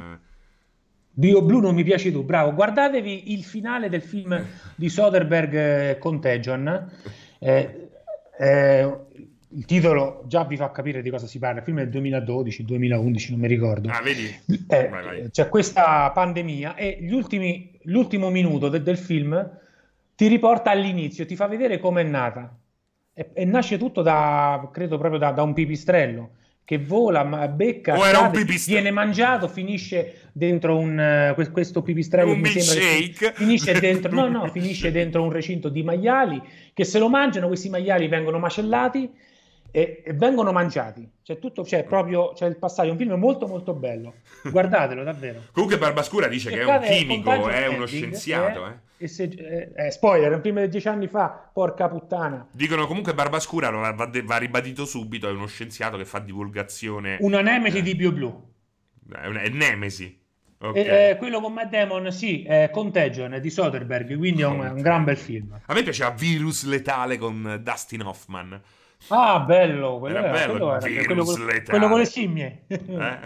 Bio Blu non mi piaci tu, bravo. Guardatevi il finale del film di Soderbergh, Contagion. Eh, eh, il titolo già vi fa capire di cosa si parla. Il film è del 2012-2011, non mi ricordo. Ah, vedi? Vai, vai. C'è questa pandemia e l'ultimo minuto del film ti riporta all'inizio, ti fa vedere come è nata. E nasce tutto credo proprio da un pipistrello che vola, becca, O era un cade, pipistrello? viene mangiato, finisce dentro questo pipistrello Un che mi sembra che milkshake? finisce dentro, no, no, finisce dentro un recinto di maiali che se lo mangiano, questi maiali vengono macellati e vengono mangiati. C'è tutto, c'è il passaggio, è un film molto molto bello. Guardatelo davvero. Comunque Barbascura dice che è un Cercate chimico, Contagion è uno Ending, scienziato, eh. spoiler, è un film di 10 anni fa, porca puttana. Dicono comunque Barbascura, va ribadito subito, è uno scienziato che fa divulgazione. Una nemesi di BioBlue. È Nemesi. Ok. Quello con Matt Damon, sì, è Contagion, è di Soderbergh, quindi è un gran bel film. A me piaceva Virus Letale con Dustin Hoffman. Ah, bello, quello Era era, bello, quello era Virus Letale. quello con le scimmie. Eh?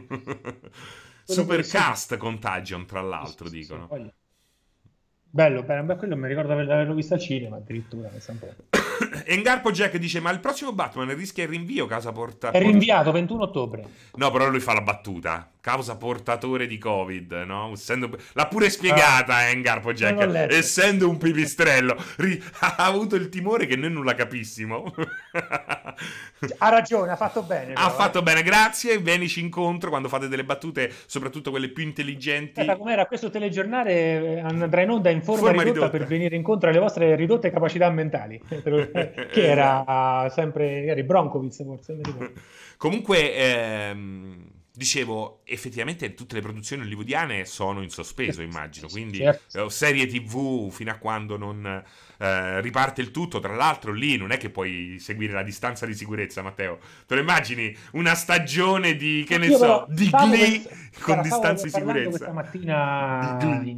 Quello con le Supercast Contagion, tra l'altro, Sì, dicono. poi- Bello, bello, beh, quello mi ricordo di averlo visto al cinema addirittura. Pensa un po'. Engarpo Jack dice: Ma il prossimo Batman rischia il rinvio causa È rinviato 21 ottobre. No, però lui fa la battuta. Causa portatore di Covid, no? L'ha pure spiegata Engarpo non l'ho Jack. letto. Essendo un pipistrello, ha avuto il timore che noi non la capissimo. Ha ragione, ha fatto bene. Ha però, fatto bene, grazie. Venici incontro quando fate delle battute, soprattutto quelle più intelligenti. Guarda com'era questo telegiornale, andrà in onda in forma Forma ridotta ridotta. per venire incontro alle vostre ridotte capacità mentali. Che era sempre, era i Broncovitz forse, mi ricordo. Comunque, dicevo, effettivamente tutte le produzioni hollywoodiane sono in sospeso, immagino. Quindi Certo. serie TV fino a quando non riparte il tutto. Tra l'altro, lì non è che puoi seguire la distanza di sicurezza, Matteo. Te lo immagini una stagione di, che ne Io so, però di stavo Glee con stavo distanza di parlando sicurezza. questa mattina Di Glee.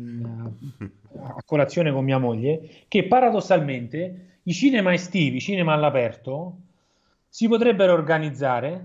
a colazione con mia moglie che paradossalmente i cinema estivi, i cinema all'aperto, si potrebbero organizzare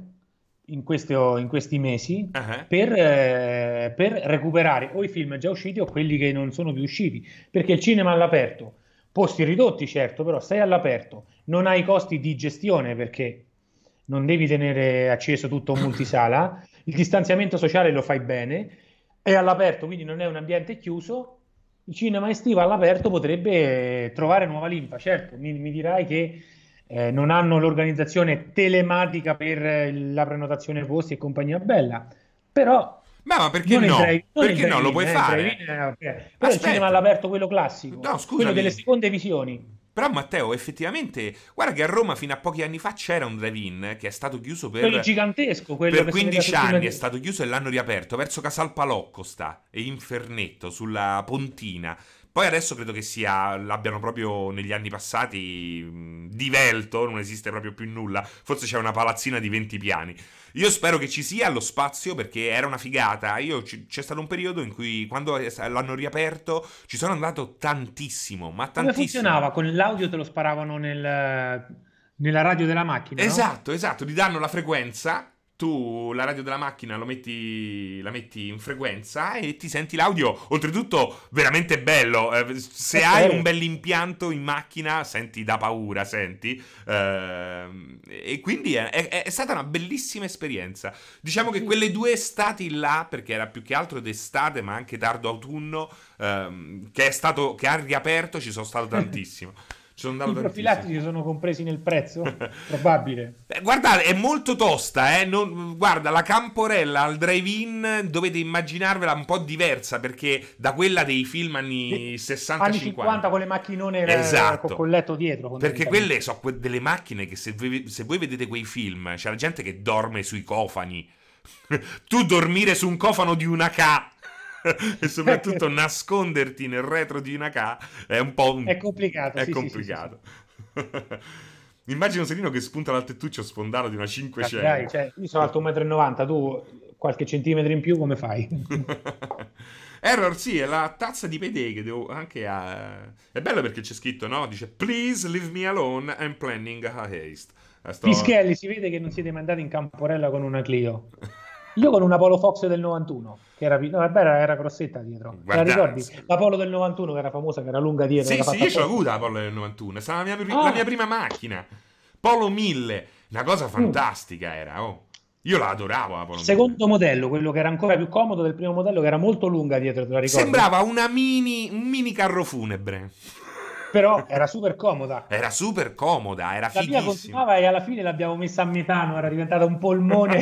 in questi mesi Ah, per recuperare o i film già usciti o quelli che non sono più usciti, perché il cinema all'aperto, posti ridotti certo, però stai all'aperto, non hai costi di gestione perché non devi tenere acceso tutto un multisala, il distanziamento sociale lo fai bene, è all'aperto, quindi non è un ambiente chiuso. Il cinema estivo all'aperto potrebbe trovare nuova linfa. Certo, mi dirai che non hanno l'organizzazione telematica per la prenotazione posti e compagnia bella, però Beh, ma perché non il no? drive, non il Perché no? Lo puoi drive-in, fare? il drive-in, ok. Però il Aspetta. cinema all'aperto, quello classico, No, scusami. quello delle seconde visioni. Però Matteo, effettivamente, guarda che a Roma fino a pochi anni fa c'era un drive-in che è stato chiuso Quello gigantesco, quello per che si vede 15 sul film anni, di- è stato chiuso e l'hanno riaperto verso Casal Palocco sta, e Infernetto, sulla Pontina. Poi adesso credo che l'abbiano proprio negli anni passati divelto, non esiste proprio più nulla. Forse c'è una palazzina di 20 piani. Io spero che ci sia lo spazio perché era una figata. C'è stato un periodo in cui quando l'hanno riaperto ci sono andato tantissimo, ma Come tantissimo. funzionava? Con l'audio te lo sparavano nella radio della macchina, no? Esatto, esatto, ti danno la frequenza, tu la radio della macchina la metti in frequenza e ti senti l'audio, oltretutto veramente bello, se hai un bell'impianto in macchina senti da paura, senti, e quindi è stata una bellissima esperienza. Diciamo che quelle 2 estati là, perché era più che altro d'estate ma anche tardo autunno, che ha riaperto, ci sono stato tantissimo. Ci sono andato I tantissimo. profilattici sono compresi nel prezzo? Probabile. Guardate, è molto tosta, guarda, la Camporella al drive-in dovete immaginarvela un po' diversa, perché da quella dei film anni 60-50. Anni 50 con le macchinone Esatto. col letto dietro. Perché quelle sono delle macchine che se voi vedete quei film, c'è la gente che dorme sui cofani. Tu dormire su un cofano di una K e soprattutto nasconderti nel retro di una K è un po' È complicato. È sì, complicato. Immagino Serino che spunta dal tettuccio spondato di una 500. Dai, cioè, io sono alto 1,90 m, tu qualche centimetro in più come fai? Error, sì, è la tazza di Payday che devo anche È bello perché c'è scritto, no? Dice please leave me alone, I'm planning a haste. Pischelli, si vede che non siete mandati in Camporella con una Clio. Io con una Polo Fox del 91, che era, no, vabbè, era grossetta dietro. Guarda, la ricordi? La Polo del 91 che era famosa, che era lunga dietro. Sì, era sì, fatta io ce l'ho apposta. avuta la Polo del 91. È stata la mia prima macchina. Polo 1000. Una cosa fantastica era, oh. Io la adoravo la Polo Il 1000. secondo modello, quello che era ancora più comodo del primo modello, che era molto lunga dietro, te la ricordi? Sembrava un mini carro funebre. Però era super comoda. Era super comoda, era La mia fighissima. continuava e alla fine l'abbiamo messa a metano, era diventata un polmone.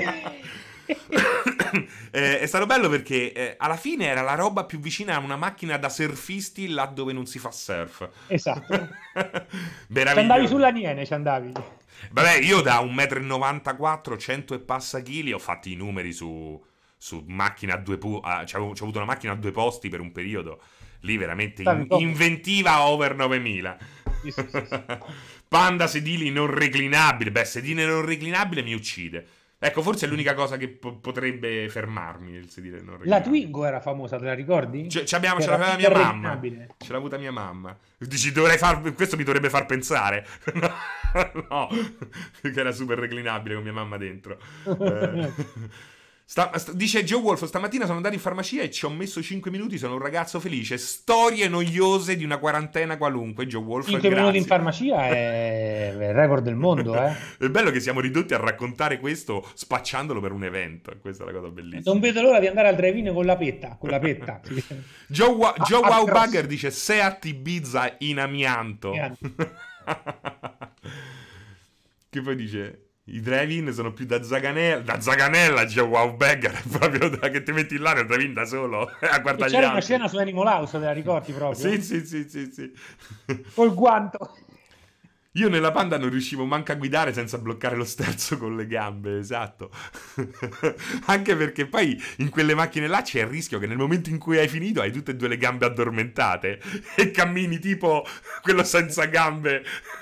È stato bello perché alla fine era la roba più vicina a una macchina da surfisti là dove non si fa surf. Esatto. Ci Meraviglioso. andavi sulla Niene, ci andavi. Vabbè, io da 1,94 m, 100 e passa chili, ho fatto i numeri su macchina a c'ho avuto una macchina a 2 posti per un periodo. Lì veramente Stavi poco. inventiva over 9000. Sì, sì, sì, sì. Panda sedili non reclinabili. Beh, sedile non reclinabile mi uccide. Ecco, forse è l'unica cosa che potrebbe fermarmi, il sedile non La reclinabile. Twingo era famosa, te la ricordi? Ce Era l'aveva mia mamma. reclinabile. Ce l'ha avuta mia mamma. Dici, questo mi dovrebbe far pensare. No, che era super reclinabile con mia mamma dentro. Dice Joe Wolf, stamattina sono andato in farmacia e ci ho messo 5 minuti, sono un ragazzo felice. Storie noiose di una quarantena qualunque, Joe Wolf, 5 minuti in grazie. farmacia è il record del mondo, eh. È bello che siamo ridotti a raccontare questo spacciandolo per un evento. Questa è la cosa bellissima. Non vedo l'ora di andare al drive-in con la petta. Con la petta. Sì. Joe a Wow cross. Bugger dice Seat Ibiza in amianto. Che poi dice i drive-in sono più da Zaganella Joe Wow Bugger è proprio da che ti metti là nel drive-in da solo a guardare gli C'era una altri. scena su Animal House, te la ricordi proprio? Sì. Col guanto. Io nella Panda non riuscivo manco a guidare senza bloccare lo sterzo con le gambe, esatto. Anche perché poi in quelle macchine là c'è il rischio che nel momento in cui hai finito hai tutte e due le gambe addormentate e cammini tipo quello senza gambe.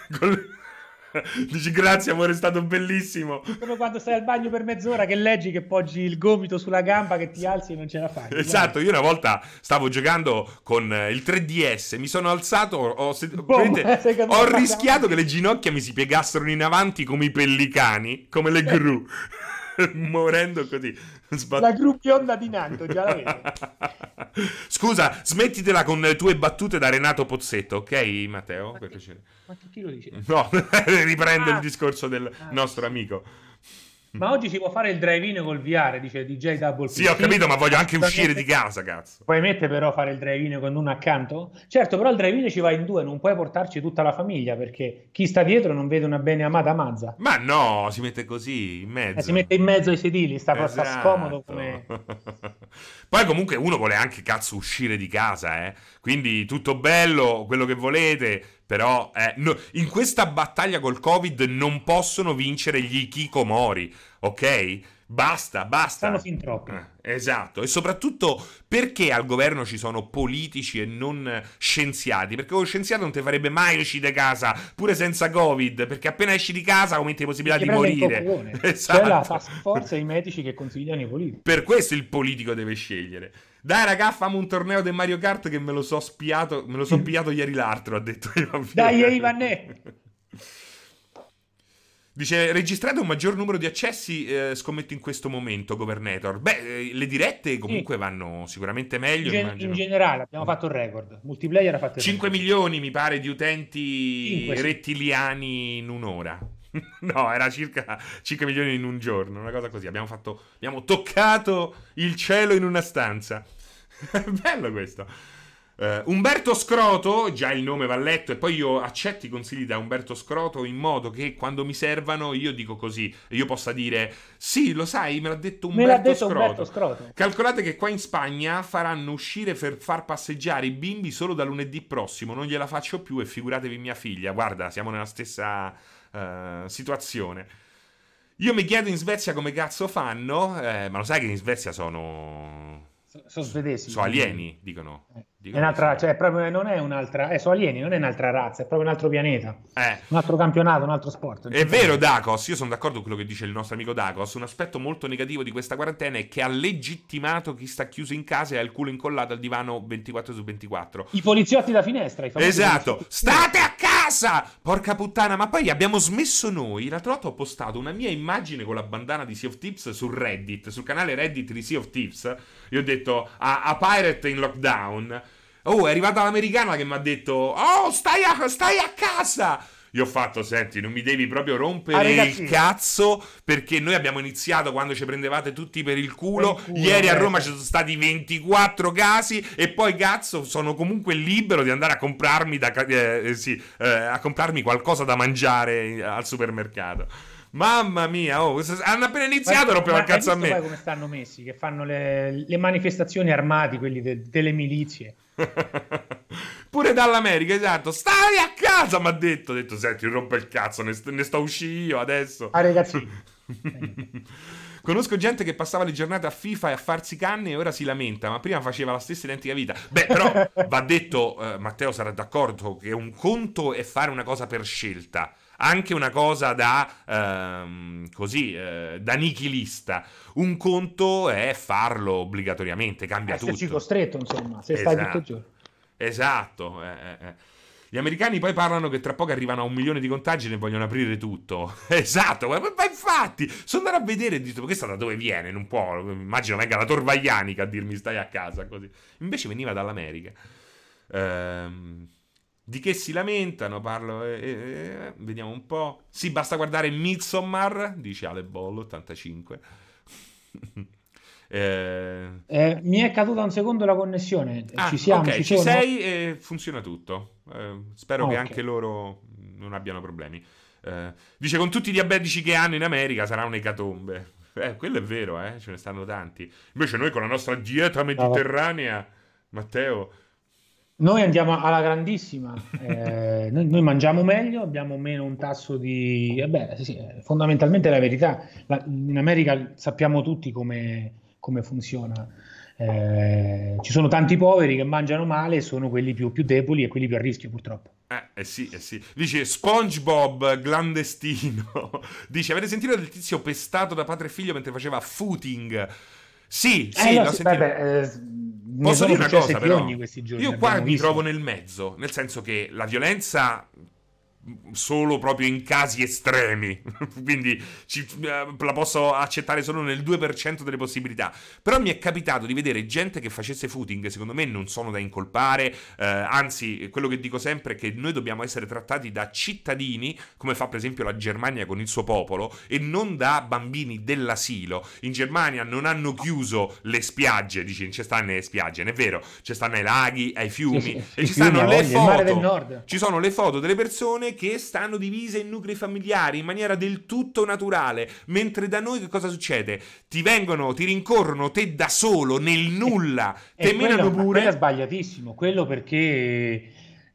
Dici grazie amore, è stato bellissimo. Come quando stai al bagno per mezz'ora che leggi che poggi il gomito sulla gamba, che ti alzi e non ce la fai. Esatto, io una volta stavo giocando con il 3DS, mi sono alzato, Boom, sei caduto ho a rischiato che le ginocchia mi si piegassero in avanti come i pellicani, come le gru, morendo così. La gru bionda di Nanto, già la vedo. Scusa, smettitela con le tue battute da Renato Pozzetto, ok Matteo? Per piacere. Ma chi lo dice? No, riprende il Ah. discorso del nostro amico. Ma oggi si può fare il drive-in col VR, dice DJ Double P. Sì, ho capito, ma voglio anche uscire assolutamente. di casa, cazzo. Puoi mettere però fare il drive-in con uno accanto? Certo, però il drive-in ci va in due, non puoi portarci tutta la famiglia perché chi sta dietro non vede una bene amata mazza. Ma no, si mette così, in mezzo. Si mette in mezzo ai sedili, sta Esatto. scomodo come... Poi comunque uno vuole anche cazzo uscire di casa, quindi tutto bello, quello che volete, però in questa battaglia col Covid non possono vincere gli hikikomori, ok? Basta. Stanno fin troppi. Esatto, e soprattutto perché al governo ci sono politici e non scienziati? Perché uno scienziato non ti farebbe mai uscire di casa, pure senza Covid, perché appena esci di casa aumenti le possibilità Ti di prende il morire. coccone. Esatto. C'è la task force e i medici che consigliano i politici. Per questo il politico deve scegliere. Dai raga, fammi un torneo del Mario Kart che me lo so pigliato ieri l'altro, ha detto Ivan. Dai, Ivanè! Dice, registrate un maggior numero di accessi, scommetto in questo momento, Governator. Beh, le dirette comunque vanno sicuramente meglio, immagino. In generale abbiamo fatto il record. Multiplayer ha fatto il 5 record. milioni, mi pare, di utenti 5, sì. rettiliani in un'ora. No, era circa 5 milioni in un giorno, una cosa così. Abbiamo toccato il cielo in una stanza. Bello questo. Umberto Scroto, già il nome va letto, e poi io accetto i consigli da Umberto Scroto in modo che quando mi servano io dico così, e io possa dire sì, lo sai, me l'ha detto Me l'ha Umberto detto Scroto. Umberto Scroto. Calcolate che qua in Spagna faranno uscire per far passeggiare i bimbi solo da lunedì prossimo, non gliela faccio più e figuratevi mia figlia, guarda, siamo nella stessa situazione. Io mi chiedo in Svezia come cazzo fanno, ma lo sai che in Svezia sono Sono svedesi. sono alieni, dicono. È un'altra, cioè, proprio non è un'altra, sono alieni, non è un'altra razza, è proprio un altro pianeta, un altro campionato, un altro sport. È vero, Dacos, io sono d'accordo con quello che dice il nostro amico Dacos. Un aspetto molto negativo di questa quarantena è che ha legittimato chi sta chiuso in casa e ha il culo incollato al divano 24/24. I poliziotti da finestra, i famosi Esatto, poliziotti. state a casa! Porca puttana, ma poi abbiamo smesso noi. L'altro volta ho postato una mia immagine con la bandana di Sea of Thieves su Reddit, sul canale Reddit di Sea of Thieves. Io ho detto a Pirate in lockdown. Oh, è arrivata l'americana che mi ha detto: oh, stai a casa! Gli ho fatto, senti, non mi devi proprio Ah, rompere il ragazzi, cazzo, perché noi abbiamo iniziato quando ci prendevate tutti per il per il culo. culo, Ieri a Roma ci certo. sono stati 24 casi e poi cazzo sono comunque libero di andare a comprarmi a comprarmi qualcosa da mangiare al supermercato. Mamma mia, oh, hanno appena iniziato a rompere il Ma hai cazzo a visto poi me. come stanno messi? Che fanno le manifestazioni armati, quelli delle milizie. Pure dall'America, esatto. Stai a casa, mi ha detto. Ho detto, senti, rompe il cazzo, ne sto uscendo io adesso. Ah, ragazzini. Conosco gente che passava le giornate a FIFA e a farsi canne e ora si lamenta, ma prima faceva la stessa identica vita. Beh, però va detto, Matteo sarà d'accordo, che un conto è fare una cosa per scelta. Anche una cosa da nichilista. Un conto è farlo obbligatoriamente, cambia Esserci tutto. costretto, insomma, se stai tutto il Esatto, giorno. esatto. Gli americani poi parlano che tra poco arrivano a 1 milione di contagi e vogliono aprire tutto. Esatto, ma infatti, sono andato a vedere e ho detto, ma questa da dove viene? Non può, immagino venga la Torvaglianica a dirmi stai a casa, così. Invece veniva dall'America. Di che si lamentano? Parlo. Vediamo un po'. Sì, basta guardare Midsommar, dice Ale Boll 85. eh, Mi è caduta un secondo la connessione. Ci siamo, ok, ci ci sono? sei e funziona tutto. Spero Ah, che ok. anche loro non abbiano problemi. Dice con tutti i diabetici che hanno in America sarà un'ecatombe. Quello è vero, ce ne stanno tanti. Invece noi con la nostra dieta No. mediterranea, Matteo. Noi andiamo alla grandissima, noi mangiamo meglio, abbiamo meno un tasso di... Vabbè, sì, sì, fondamentalmente è la verità. In America sappiamo tutti come funziona. Ci sono tanti poveri che mangiano male, e sono quelli più deboli e quelli più a rischio, purtroppo. Sì, eh sì. Dice SpongeBob clandestino. Dice: avete sentito del tizio pestato da padre e figlio mentre faceva footing? Sì, sì, No, l'ho sì, sentito. ne Posso sono dire una successe cosa, più ogni però. questi giorni, Io qua abbiamo mi trovo visto. nel mezzo, nel senso che la violenza solo proprio in casi estremi, quindi la posso accettare solo nel 2% delle possibilità. Però mi è capitato di vedere gente che facesse footing, secondo me non sono da incolpare, anzi quello che dico sempre è che noi dobbiamo essere trattati da cittadini, come fa per esempio la Germania con il suo popolo, e non da bambini dell'asilo. In Germania non hanno chiuso le spiagge, dici, non ci stanno le spiagge, non è vero, ci stanno ai laghi, ai Sì, fiumi, sì, e i ci fiumi stanno a le voglia, il mare del foto. nord. Ci sono le foto delle persone che stanno divise in nuclei familiari in maniera del tutto naturale, mentre da noi che cosa succede? Ti rincorrono te da solo nel nulla, te menano Ma quello è pure. sbagliatissimo, quello perché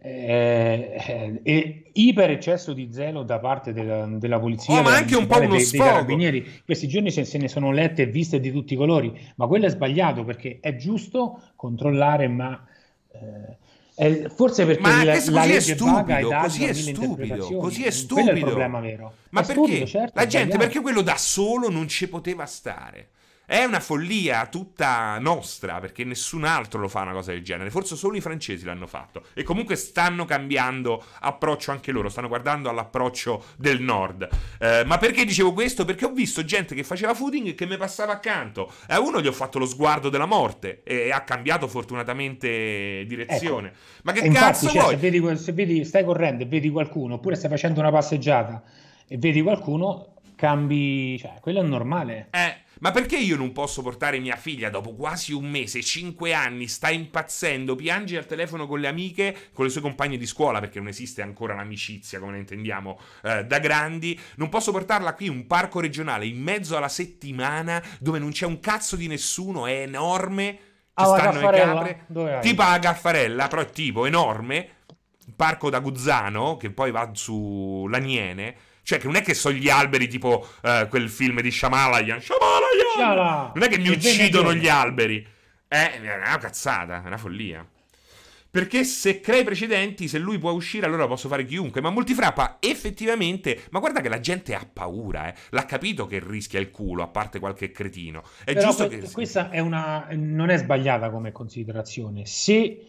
è iper eccesso di zelo da parte della Oh, polizia, ma della anche un po' municipale, uno dei sfogo. carabinieri. Questi giorni se ne sono lette e viste di tutti i colori, ma quello è sbagliato perché è giusto controllare, ma forse perché Ma questo la così è legge è vaga e stupido, dà così è mille stupido, così è interpretazioni. Quello è il problema stupido. vero. È Ma stupido, perché? certo, è La gente, perché sbagliato. quello da solo non ci poteva stare. È una follia tutta nostra, perché nessun altro lo fa una cosa del genere. Forse solo i francesi l'hanno fatto. E comunque stanno cambiando approccio anche loro, stanno guardando all'approccio del nord. Ma perché dicevo questo? Perché ho visto gente che faceva footing e che mi passava accanto. E a uno gli ho fatto lo sguardo della morte e ha cambiato fortunatamente Ecco, direzione. Ma e che infatti, cazzo cioè, vuoi? se vedi, stai correndo e vedi qualcuno, oppure stai facendo una passeggiata e vedi qualcuno, cambi, cioè, quello è normale. Ma perché io non posso portare mia figlia dopo quasi un mese, 5 anni, sta impazzendo, piange al telefono con le amiche, con le sue compagne di scuola, perché non esiste ancora l'amicizia come la intendiamo da grandi. Non posso portarla qui in un parco regionale in mezzo alla settimana dove non c'è un cazzo di nessuno, è enorme, ci Ah, la stanno le Caffarella? capre, Dove vai? tipo la Caffarella, però è tipo enorme, il parco da Guzzano, che poi va sull'Aniene. Cioè, che non è che so gli alberi tipo quel film di Shyamalan. Shyamalan! Sciala! Non è che mi E venne a uccidono gli giorno. alberi. È una cazzata, è una follia. Perché se crei precedenti, se lui può uscire, allora lo posso fare chiunque. Ma Multifrappa effettivamente. Ma guarda che la gente ha paura, eh. L'ha capito che rischia il culo, a parte qualche cretino. È Però giusto che. questa è non è sbagliata come considerazione. Se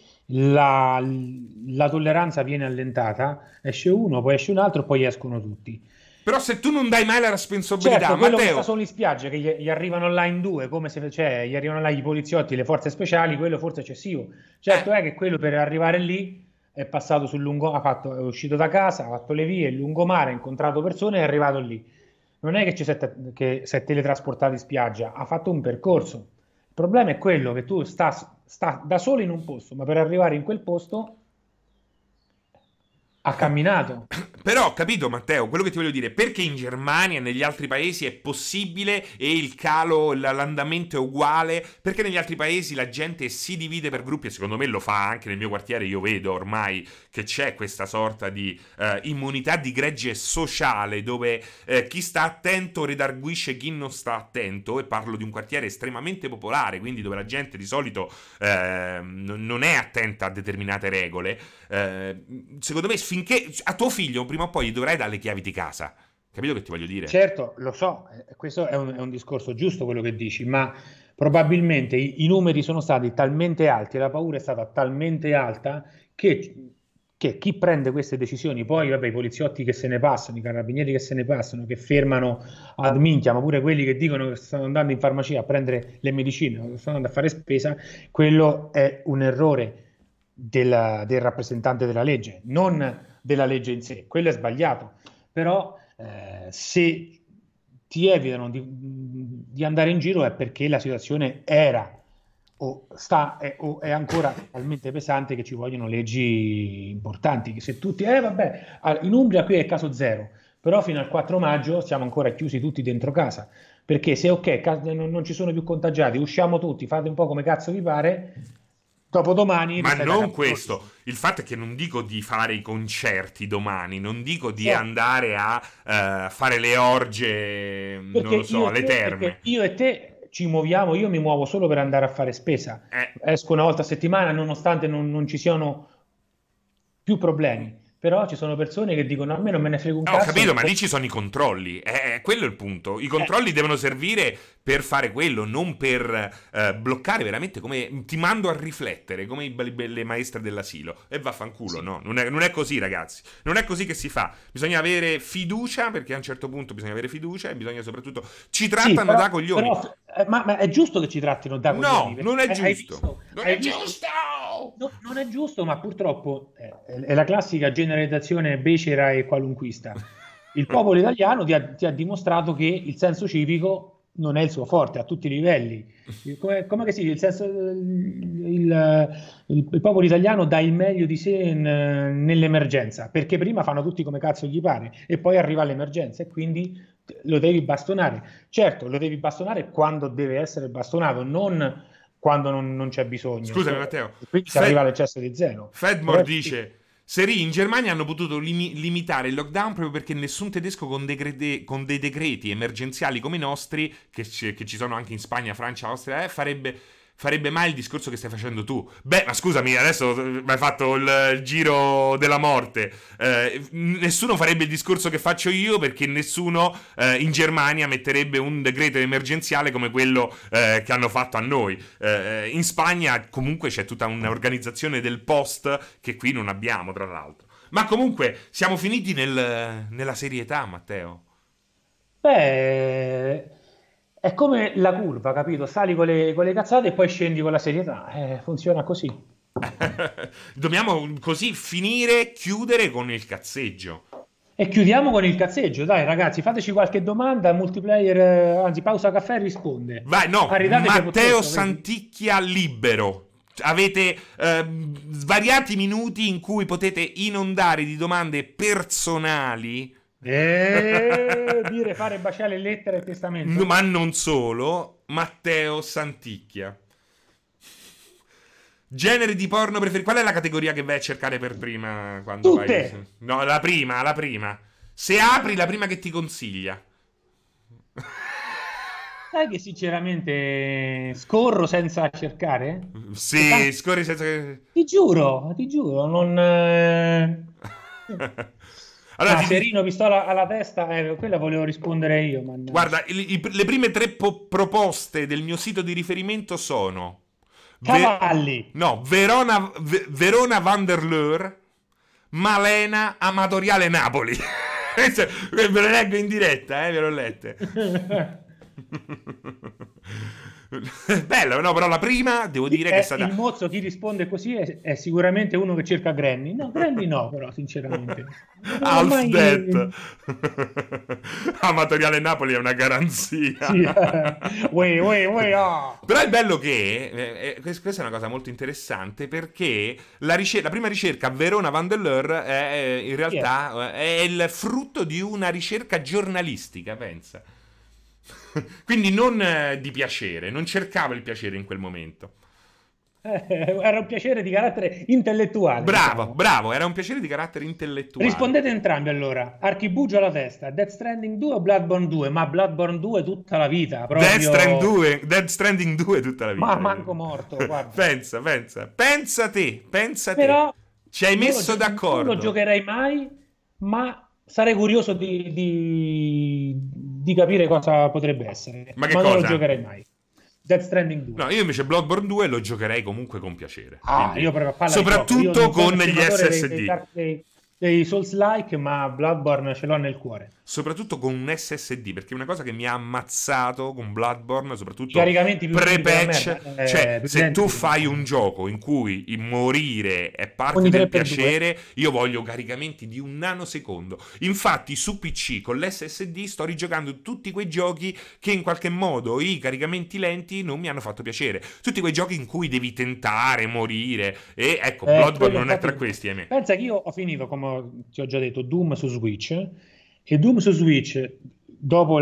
la tolleranza viene allentata, esce uno, poi esce un altro, poi escono tutti. Però se tu non dai mai la responsabilità, Certo, quello che sta Matteo. solo in spiaggia, che gli arrivano là in due, come se cioè, gli arrivano là i poliziotti, le forze speciali, quello forse è eccessivo. Eh. Certo è che quello per arrivare lì, è passato è uscito da casa, ha fatto le vie, il lungomare, ha incontrato persone e è arrivato lì. Non è che si è teletrasportato in spiaggia, ha fatto un percorso. Il problema è quello che tu sta da solo in un posto, ma per arrivare in quel posto ha camminato. Però ho capito, Matteo, quello che ti voglio dire, perché in Germania e negli altri paesi è possibile e il calo, l'andamento è uguale, perché negli altri paesi la gente si divide per gruppi, e secondo me lo fa anche nel mio quartiere. Io vedo ormai che c'è questa sorta di immunità di gregge sociale, dove chi sta attento redarguisce chi non sta attento, e parlo di un quartiere estremamente popolare, quindi dove la gente di solito non è attenta a determinate regole. Secondo me, finché a tuo figlio prima o poi gli dovrai dare le chiavi di casa. Capito che ti voglio dire? Certo, lo so, questo è un discorso giusto quello che dici, ma probabilmente i numeri sono stati talmente alti e la paura è stata talmente alta che chi prende queste decisioni, poi vabbè, i poliziotti che se ne passano, i carabinieri che se ne passano, che fermano ad minchia, ma pure quelli che dicono che stanno andando in farmacia a prendere le medicine, o stanno andando a fare spesa, quello è un errore del rappresentante della legge, non della legge in sé. Quello è sbagliato. Però se ti evitano di andare in giro è perché la situazione era o è ancora talmente pesante che ci vogliono leggi importanti. Che se tutti, vabbè, in Umbria qui è caso zero, però fino al 4 maggio siamo ancora chiusi tutti dentro casa. Perché se non ci sono più contagiati, usciamo tutti, fate un po' come cazzo vi pare. Dopodomani ma non questo, il fatto è che non dico di fare i concerti domani, non dico di andare a fare le orge, non lo so, alle terme. Io e te ci muoviamo, io mi muovo solo per andare a fare spesa. Esco una volta a settimana nonostante non ci siano più problemi. Però ci sono persone che dicono: a me non me ne frega un cazzo. Ho capito, ma lì ci sono i controlli. Quello è il punto. I controlli devono servire per fare quello, non per bloccare veramente. Come ti mando a riflettere, come le maestre dell'asilo. E vaffanculo, sì. No, non è così, ragazzi. Non è così che si fa. Bisogna avere fiducia, perché a un certo punto bisogna avere fiducia, e bisogna soprattutto ci trattano da coglioni. Ma è giusto che ci trattino da coglioni? No, non è giusto. Non è giusto. No, non è giusto, ma purtroppo è la classica generalizzazione becera e qualunquista. Il popolo italiano ti ha dimostrato che il senso civico non è il suo forte a tutti i livelli. Come che si dice? Il popolo italiano dà il meglio di sé nell'emergenza, perché prima fanno tutti come cazzo gli pare e poi arriva l'emergenza e quindi lo devi bastonare. Certo, lo devi bastonare quando deve essere bastonato, non quando non c'è bisogno. Scusami, Matteo. Quindi si arriva all'eccesso di zero. Fedmore dice: Seri, in Germania hanno potuto limitare il lockdown proprio perché nessun tedesco con dei decreti emergenziali come i nostri, che ci sono anche in Spagna, Francia, Austria, farebbe mai il discorso che stai facendo tu. Beh, ma scusami, adesso mi hai fatto il giro della morte. Nessuno farebbe il discorso che faccio io, perché nessuno in Germania metterebbe un decreto emergenziale come quello che hanno fatto a noi. In Spagna comunque c'è tutta un'organizzazione del post che qui non abbiamo, tra l'altro. Ma comunque siamo finiti nella serietà, Matteo. Beh, è come la curva, capito? Sali con le cazzate e poi scendi con la serietà. Funziona così. Dobbiamo così chiudere con il cazzeggio. E chiudiamo con il cazzeggio, dai ragazzi, fateci qualche domanda, multiplayer, anzi pausa caffè risponde. Vai, no, Matteo Santicchia libero. Avete svariati minuti in cui potete inondare di domande personali. Fare baciare lettere e testamento. No, ma non solo. Matteo Santicchia. Genere di porno preferito. Qual è la categoria che vai a cercare per prima quando Tutte. vai? No, la prima. Se apri, la prima che ti consiglia. Sai che sinceramente scorro senza cercare? Sì, scorri senza. Ti giuro, non. Allora, Serino, pistola alla testa, quella volevo rispondere io. Guarda, le prime 3 proposte del mio sito di riferimento sono Cavalli. Verona Vanderleur, Malena Amatoriale Napoli. Ve lo leggo in diretta, ve lo lette. Bello, no, però la prima devo dire che è stata... Il mozzo, chi risponde così è sicuramente uno che cerca Granny. No, Granny no, però, sinceramente. Non ho Half Death. mai... Amatoriale Napoli è una garanzia. Sì, uè, ah. Però è bello che questa è una cosa molto interessante, perché la prima ricerca Verona Vandeleur è in Chi è? realtà è il frutto di una ricerca giornalistica, pensa. Quindi non di piacere, non cercavo il piacere in quel momento. Era un piacere di carattere intellettuale, Bravo, diciamo. bravo, era un piacere di carattere intellettuale. Rispondete entrambi allora. Archibugio alla testa, Death Stranding 2 o Bloodborne 2? Ma Bloodborne 2 tutta la vita, proprio... Dead Stranding 2 tutta la Ma vita. manco morto, guarda. Pensa te. Però Ci hai messo non lo d'accordo. giocherei mai, ma sarei curioso di capire cosa potrebbe essere. Ma che Ma non lo cosa? giocherei mai. Death Stranding 2. No, io invece Bloodborne 2 lo giocherei comunque con piacere. Ah, Quindi, io proprio a palla di gioco. Io soprattutto non sono con gli estimatore SSD. dei Souls-like, ma Bloodborne ce l'ho nel cuore. Soprattutto con un SSD, perché una cosa che mi ha ammazzato con Bloodborne, I soprattutto caricamenti più lunghi della pre-patch, merda, cioè più se tu lenti. fai un gioco in cui il morire è parte Ogni del 3x2. piacere, io voglio caricamenti di un nanosecondo. Infatti su PC con l'SSD sto rigiocando tutti quei giochi che in qualche modo i caricamenti lenti non mi hanno fatto piacere. Tutti quei giochi in cui devi tentare, morire, e ecco, Bloodborne Quello non è infatti, tra questi, ahimè. pensa che io ho finito, come ti ho già detto, Doom su Switch, e Doom su Switch, dopo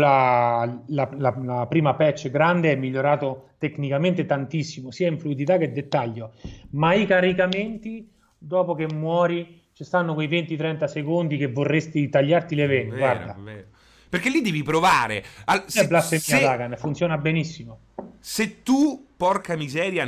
la prima patch grande, è migliorato tecnicamente tantissimo, sia in fluidità che dettaglio, ma i caricamenti, dopo che muori, ci stanno quei 20-30 secondi che vorresti tagliarti le vene, Vero, guarda. vero. Perché lì devi provare. È blasfemia, Dagan, funziona benissimo. Se tu, porca miseria,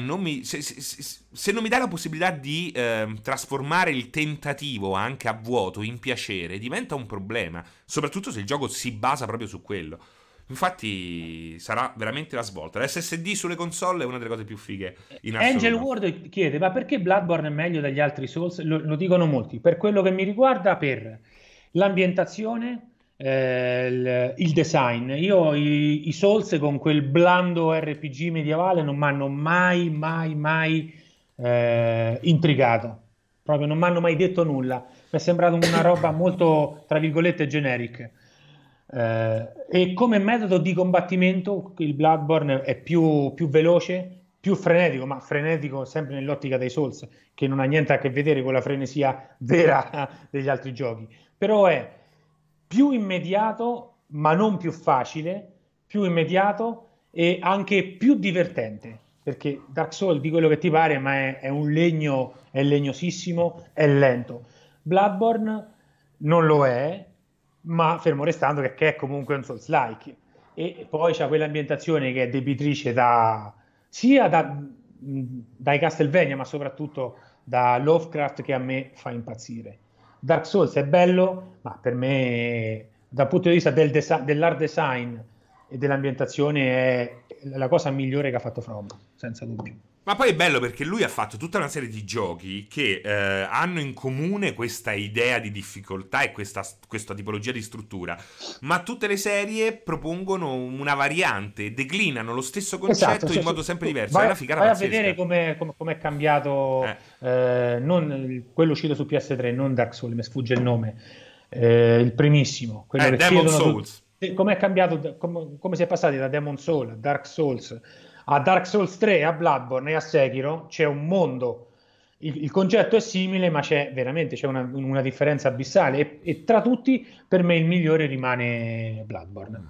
se non mi dai la possibilità di trasformare il tentativo anche a vuoto in piacere, diventa un problema. Soprattutto se il gioco si basa proprio su quello. Infatti sarà veramente la svolta. L'SSD sulle console è una delle cose più fighe in Angel assoluto. Ward chiede: ma perché Bloodborne è meglio degli altri Souls? Lo dicono molti. Per quello che mi riguarda, per l'ambientazione, il design. Io i Souls con quel blando RPG medievale non mi hanno mai intrigato. Proprio non mi hanno mai detto nulla. Mi è sembrato una roba molto, tra virgolette, generic. E come metodo di combattimento il Bloodborne è più veloce, più frenetico, ma frenetico sempre nell'ottica dei Souls, che non ha niente a che vedere con la frenesia vera degli altri giochi. Però è più immediato, ma non più facile, più immediato e anche più divertente. Perché Dark Souls, di quello che ti pare, ma è un legno, è legnosissimo, è lento. Bloodborne non lo è, ma fermo restando che è comunque un Souls-like. E poi c'è quell'ambientazione che è debitrice sia dai Castlevania, ma soprattutto da Lovecraft, che a me fa impazzire. Dark Souls è bello, ma per me, dal punto di vista dell'art design e dell'ambientazione, è la cosa migliore che ha fatto From, senza dubbio. Ma poi è bello perché lui ha fatto tutta una serie di giochi che hanno in comune questa idea di difficoltà e questa tipologia di struttura, ma tutte le serie propongono una variante, declinano lo stesso concetto Esatto, in modo sempre diverso. È vai, una figata vai a pazzesca. vedere come è cambiato quello uscito su PS3, non Dark Souls, mi sfugge il nome, il primissimo, quello che Demon chiedono Souls. come è cambiato, come si è passati da Demon Souls a Dark Souls a Dark Souls 3, a Bloodborne e a Sekiro. C'è un mondo, il concetto è simile, ma c'è una differenza abissale, e tra tutti per me il migliore rimane Bloodborne.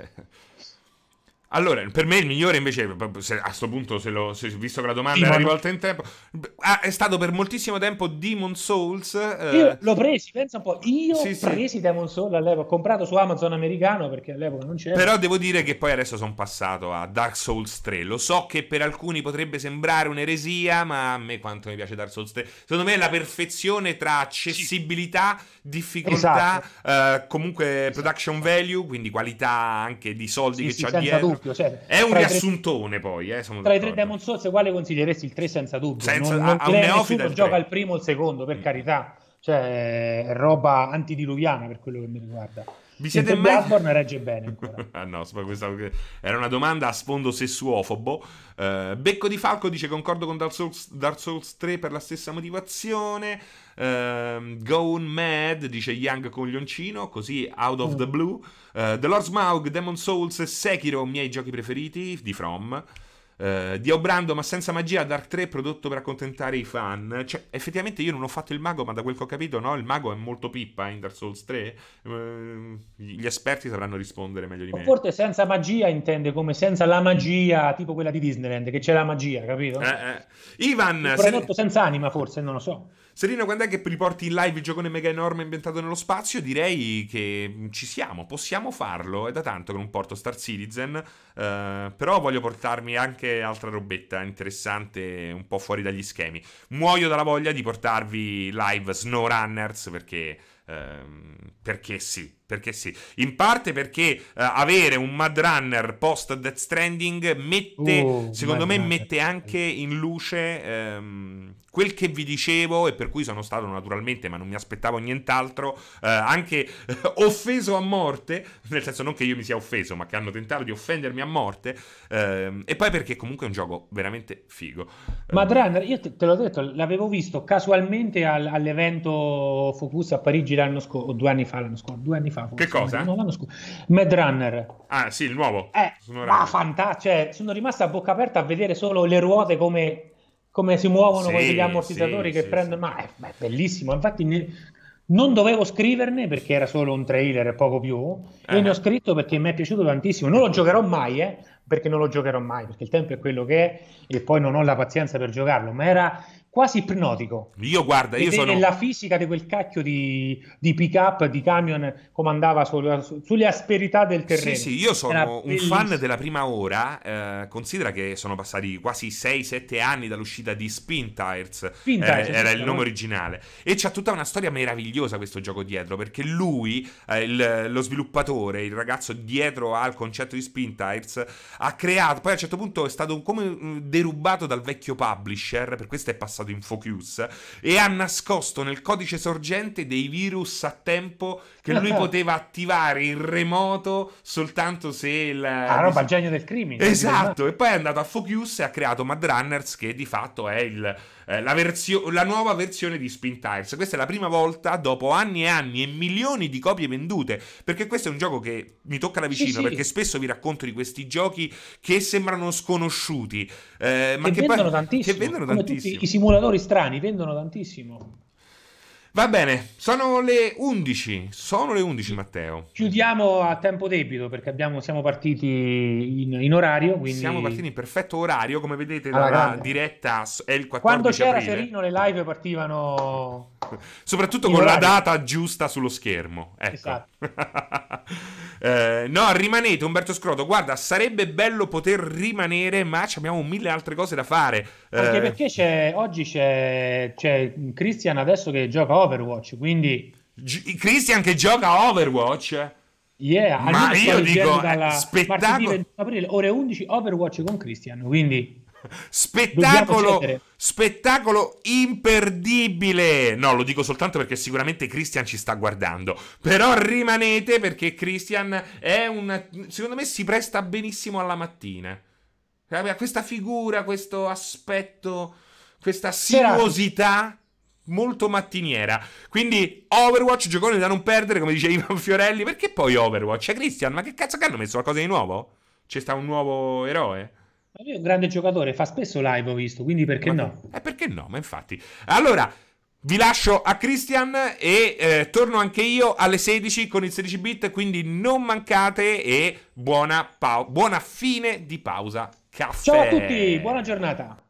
Allora, per me il migliore invece, a sto punto, visto che la domanda era rivolta in tempo, è stato per moltissimo tempo Demon Souls. Io l'ho presi, pensa un po', Sì. presi Demon Souls all'epoca, ho comprato su Amazon americano perché all'epoca non c'era. Però devo dire che poi adesso sono passato a Dark Souls 3. Lo so che per alcuni potrebbe sembrare un'eresia, ma a me quanto mi piace Dark Souls 3. Secondo me è la perfezione tra accessibilità, difficoltà, comunque production value, quindi qualità anche di soldi che c'ha senza dietro. dubbio, cioè, È un riassuntone poi, sono tra i d'accordo. tre Demon Souls quale consiglieresti il 3 senza dubbio? Senza- non a un direi a neofita nessuno il gioca 3. il primo o il secondo, per carità, cioè è roba antidiluviana per quello che mi riguarda. Vi siete Finché mai... Bloodborne regge bene ancora. Ah no, questa era una domanda a sfondo sessuofobo. Becco di Falco dice concordo con Dark Souls 3 per la stessa motivazione. Gone Mad dice Young Coglioncino, così out of the blue. The Lord Smaug, Demon Souls e Sekiro, miei giochi preferiti di From. Dio Brando, ma senza magia Dark 3 prodotto per accontentare i fan. Cioè, effettivamente io non ho fatto il mago, ma da quel che ho capito, no, il mago è molto pippa in Dark Souls 3. Gli esperti sapranno rispondere meglio di O me. forse senza magia intende come senza la magia, tipo quella di Disneyland, che c'è la magia, capito? Ivan, Un prodotto senza anima, forse, non lo so. Serino, quando è che riporti in live il giocone mega enorme ambientato nello spazio? Direi che ci siamo, possiamo farlo. È da tanto che non porto Star Citizen, però voglio portarmi anche altra robetta interessante, un po' fuori dagli schemi. Muoio dalla voglia di portarvi live SnowRunners perché sì. Perché sì, in parte perché avere un Mad Runner post Death Stranding mette, secondo me, mette anche in luce quel che vi dicevo, e per cui sono stato naturalmente, ma non mi aspettavo nient'altro, anche offeso a morte, nel senso non che io mi sia offeso, ma che hanno tentato di offendermi a morte, e poi perché comunque è un gioco veramente figo. Mad Runner, io te l'ho detto, l'avevo visto casualmente all'evento Focus a Parigi l'anno scorso, o 2 anni fa, forse. Che cosa? No, l'anno scorso. Mad Runner. Ah sì, il nuovo. Ma fantastico, cioè, sono rimasto a bocca aperta a vedere solo le ruote come si muovono Sì, con gli ammortizzatori che sì, prendono, sì. ma è bellissimo. Infatti non dovevo scriverne perché era solo un trailer e poco più, e ne ho scritto perché mi è piaciuto tantissimo. Non lo giocherò mai, perché non lo giocherò mai, perché il tempo è quello che è e poi non ho la pazienza per giocarlo, ma era quasi ipnotico. Io guarda, io Vedere sono... la fisica di quel cacchio di pick-up, di camion, come andava sulle asperità del terreno. Sì, io Era sono un bellissimo. fan della prima ora. Considera che sono passati quasi 6-7 anni dall'uscita di Spin Tires. Spin Tires, Era il sì, nome originale. E c'ha tutta una storia meravigliosa questo gioco dietro. Perché lui, lo sviluppatore, il ragazzo dietro al concetto di Spin Tires, ha creato. Poi a un certo punto è stato come derubato dal vecchio publisher. Per questo è passato in Focus. E ha nascosto nel codice sorgente dei virus a tempo che lui poteva attivare in remoto soltanto se il... roba genio del crimine. Esatto, e poi è andato a Focus e ha creato Mad Runners, che di fatto è la nuova versione di Spin Tires. Questa è la prima volta dopo anni e anni e milioni di copie vendute, perché questo è un gioco che mi tocca da vicino, Sì. perché spesso vi racconto di questi giochi che sembrano sconosciuti, ma che vendono tantissimo. che vendono Come tantissimo. tutti i simulatori strani vendono tantissimo. Va bene, sono le 11. Sono le 11, Matteo. Chiudiamo a tempo debito perché siamo partiti in orario. Quindi... Siamo partiti in perfetto orario, come vedete Alla dalla grande. diretta è il 14 Quando c'era aprile. Serino le live partivano Soprattutto in con la orario. data giusta sullo schermo. Ecco. Esatto. No, rimanete, Umberto Scroto. Guarda, sarebbe bello poter rimanere, ma abbiamo mille altre cose da fare. Anche perché oggi c'è Christian adesso che gioca Overwatch, quindi Christian che gioca a Overwatch. yeah, Ma io dico, martedì spettacolo 21 aprile, ore 11, Overwatch con Christian, quindi spettacolo imperdibile. No, lo dico soltanto perché sicuramente Christian ci sta guardando. Però rimanete, perché Christian secondo me si presta benissimo alla mattina. Aveva questa figura, questo aspetto, questa sinuosità molto mattiniera. Quindi Overwatch, giocone da non perdere, come dice Ivan Fiorelli. Perché poi Overwatch? Christian, ma che cazzo che hanno messo qualcosa di nuovo? C'è sta un nuovo eroe? lui è un grande giocatore, fa spesso live, ho visto, quindi perché no? Perché no? Ma infatti. Allora, vi lascio a Christian e torno anche io alle 16 con il 16 bit, quindi non mancate e buona fine di pausa caffè. Ciao a tutti, buona giornata.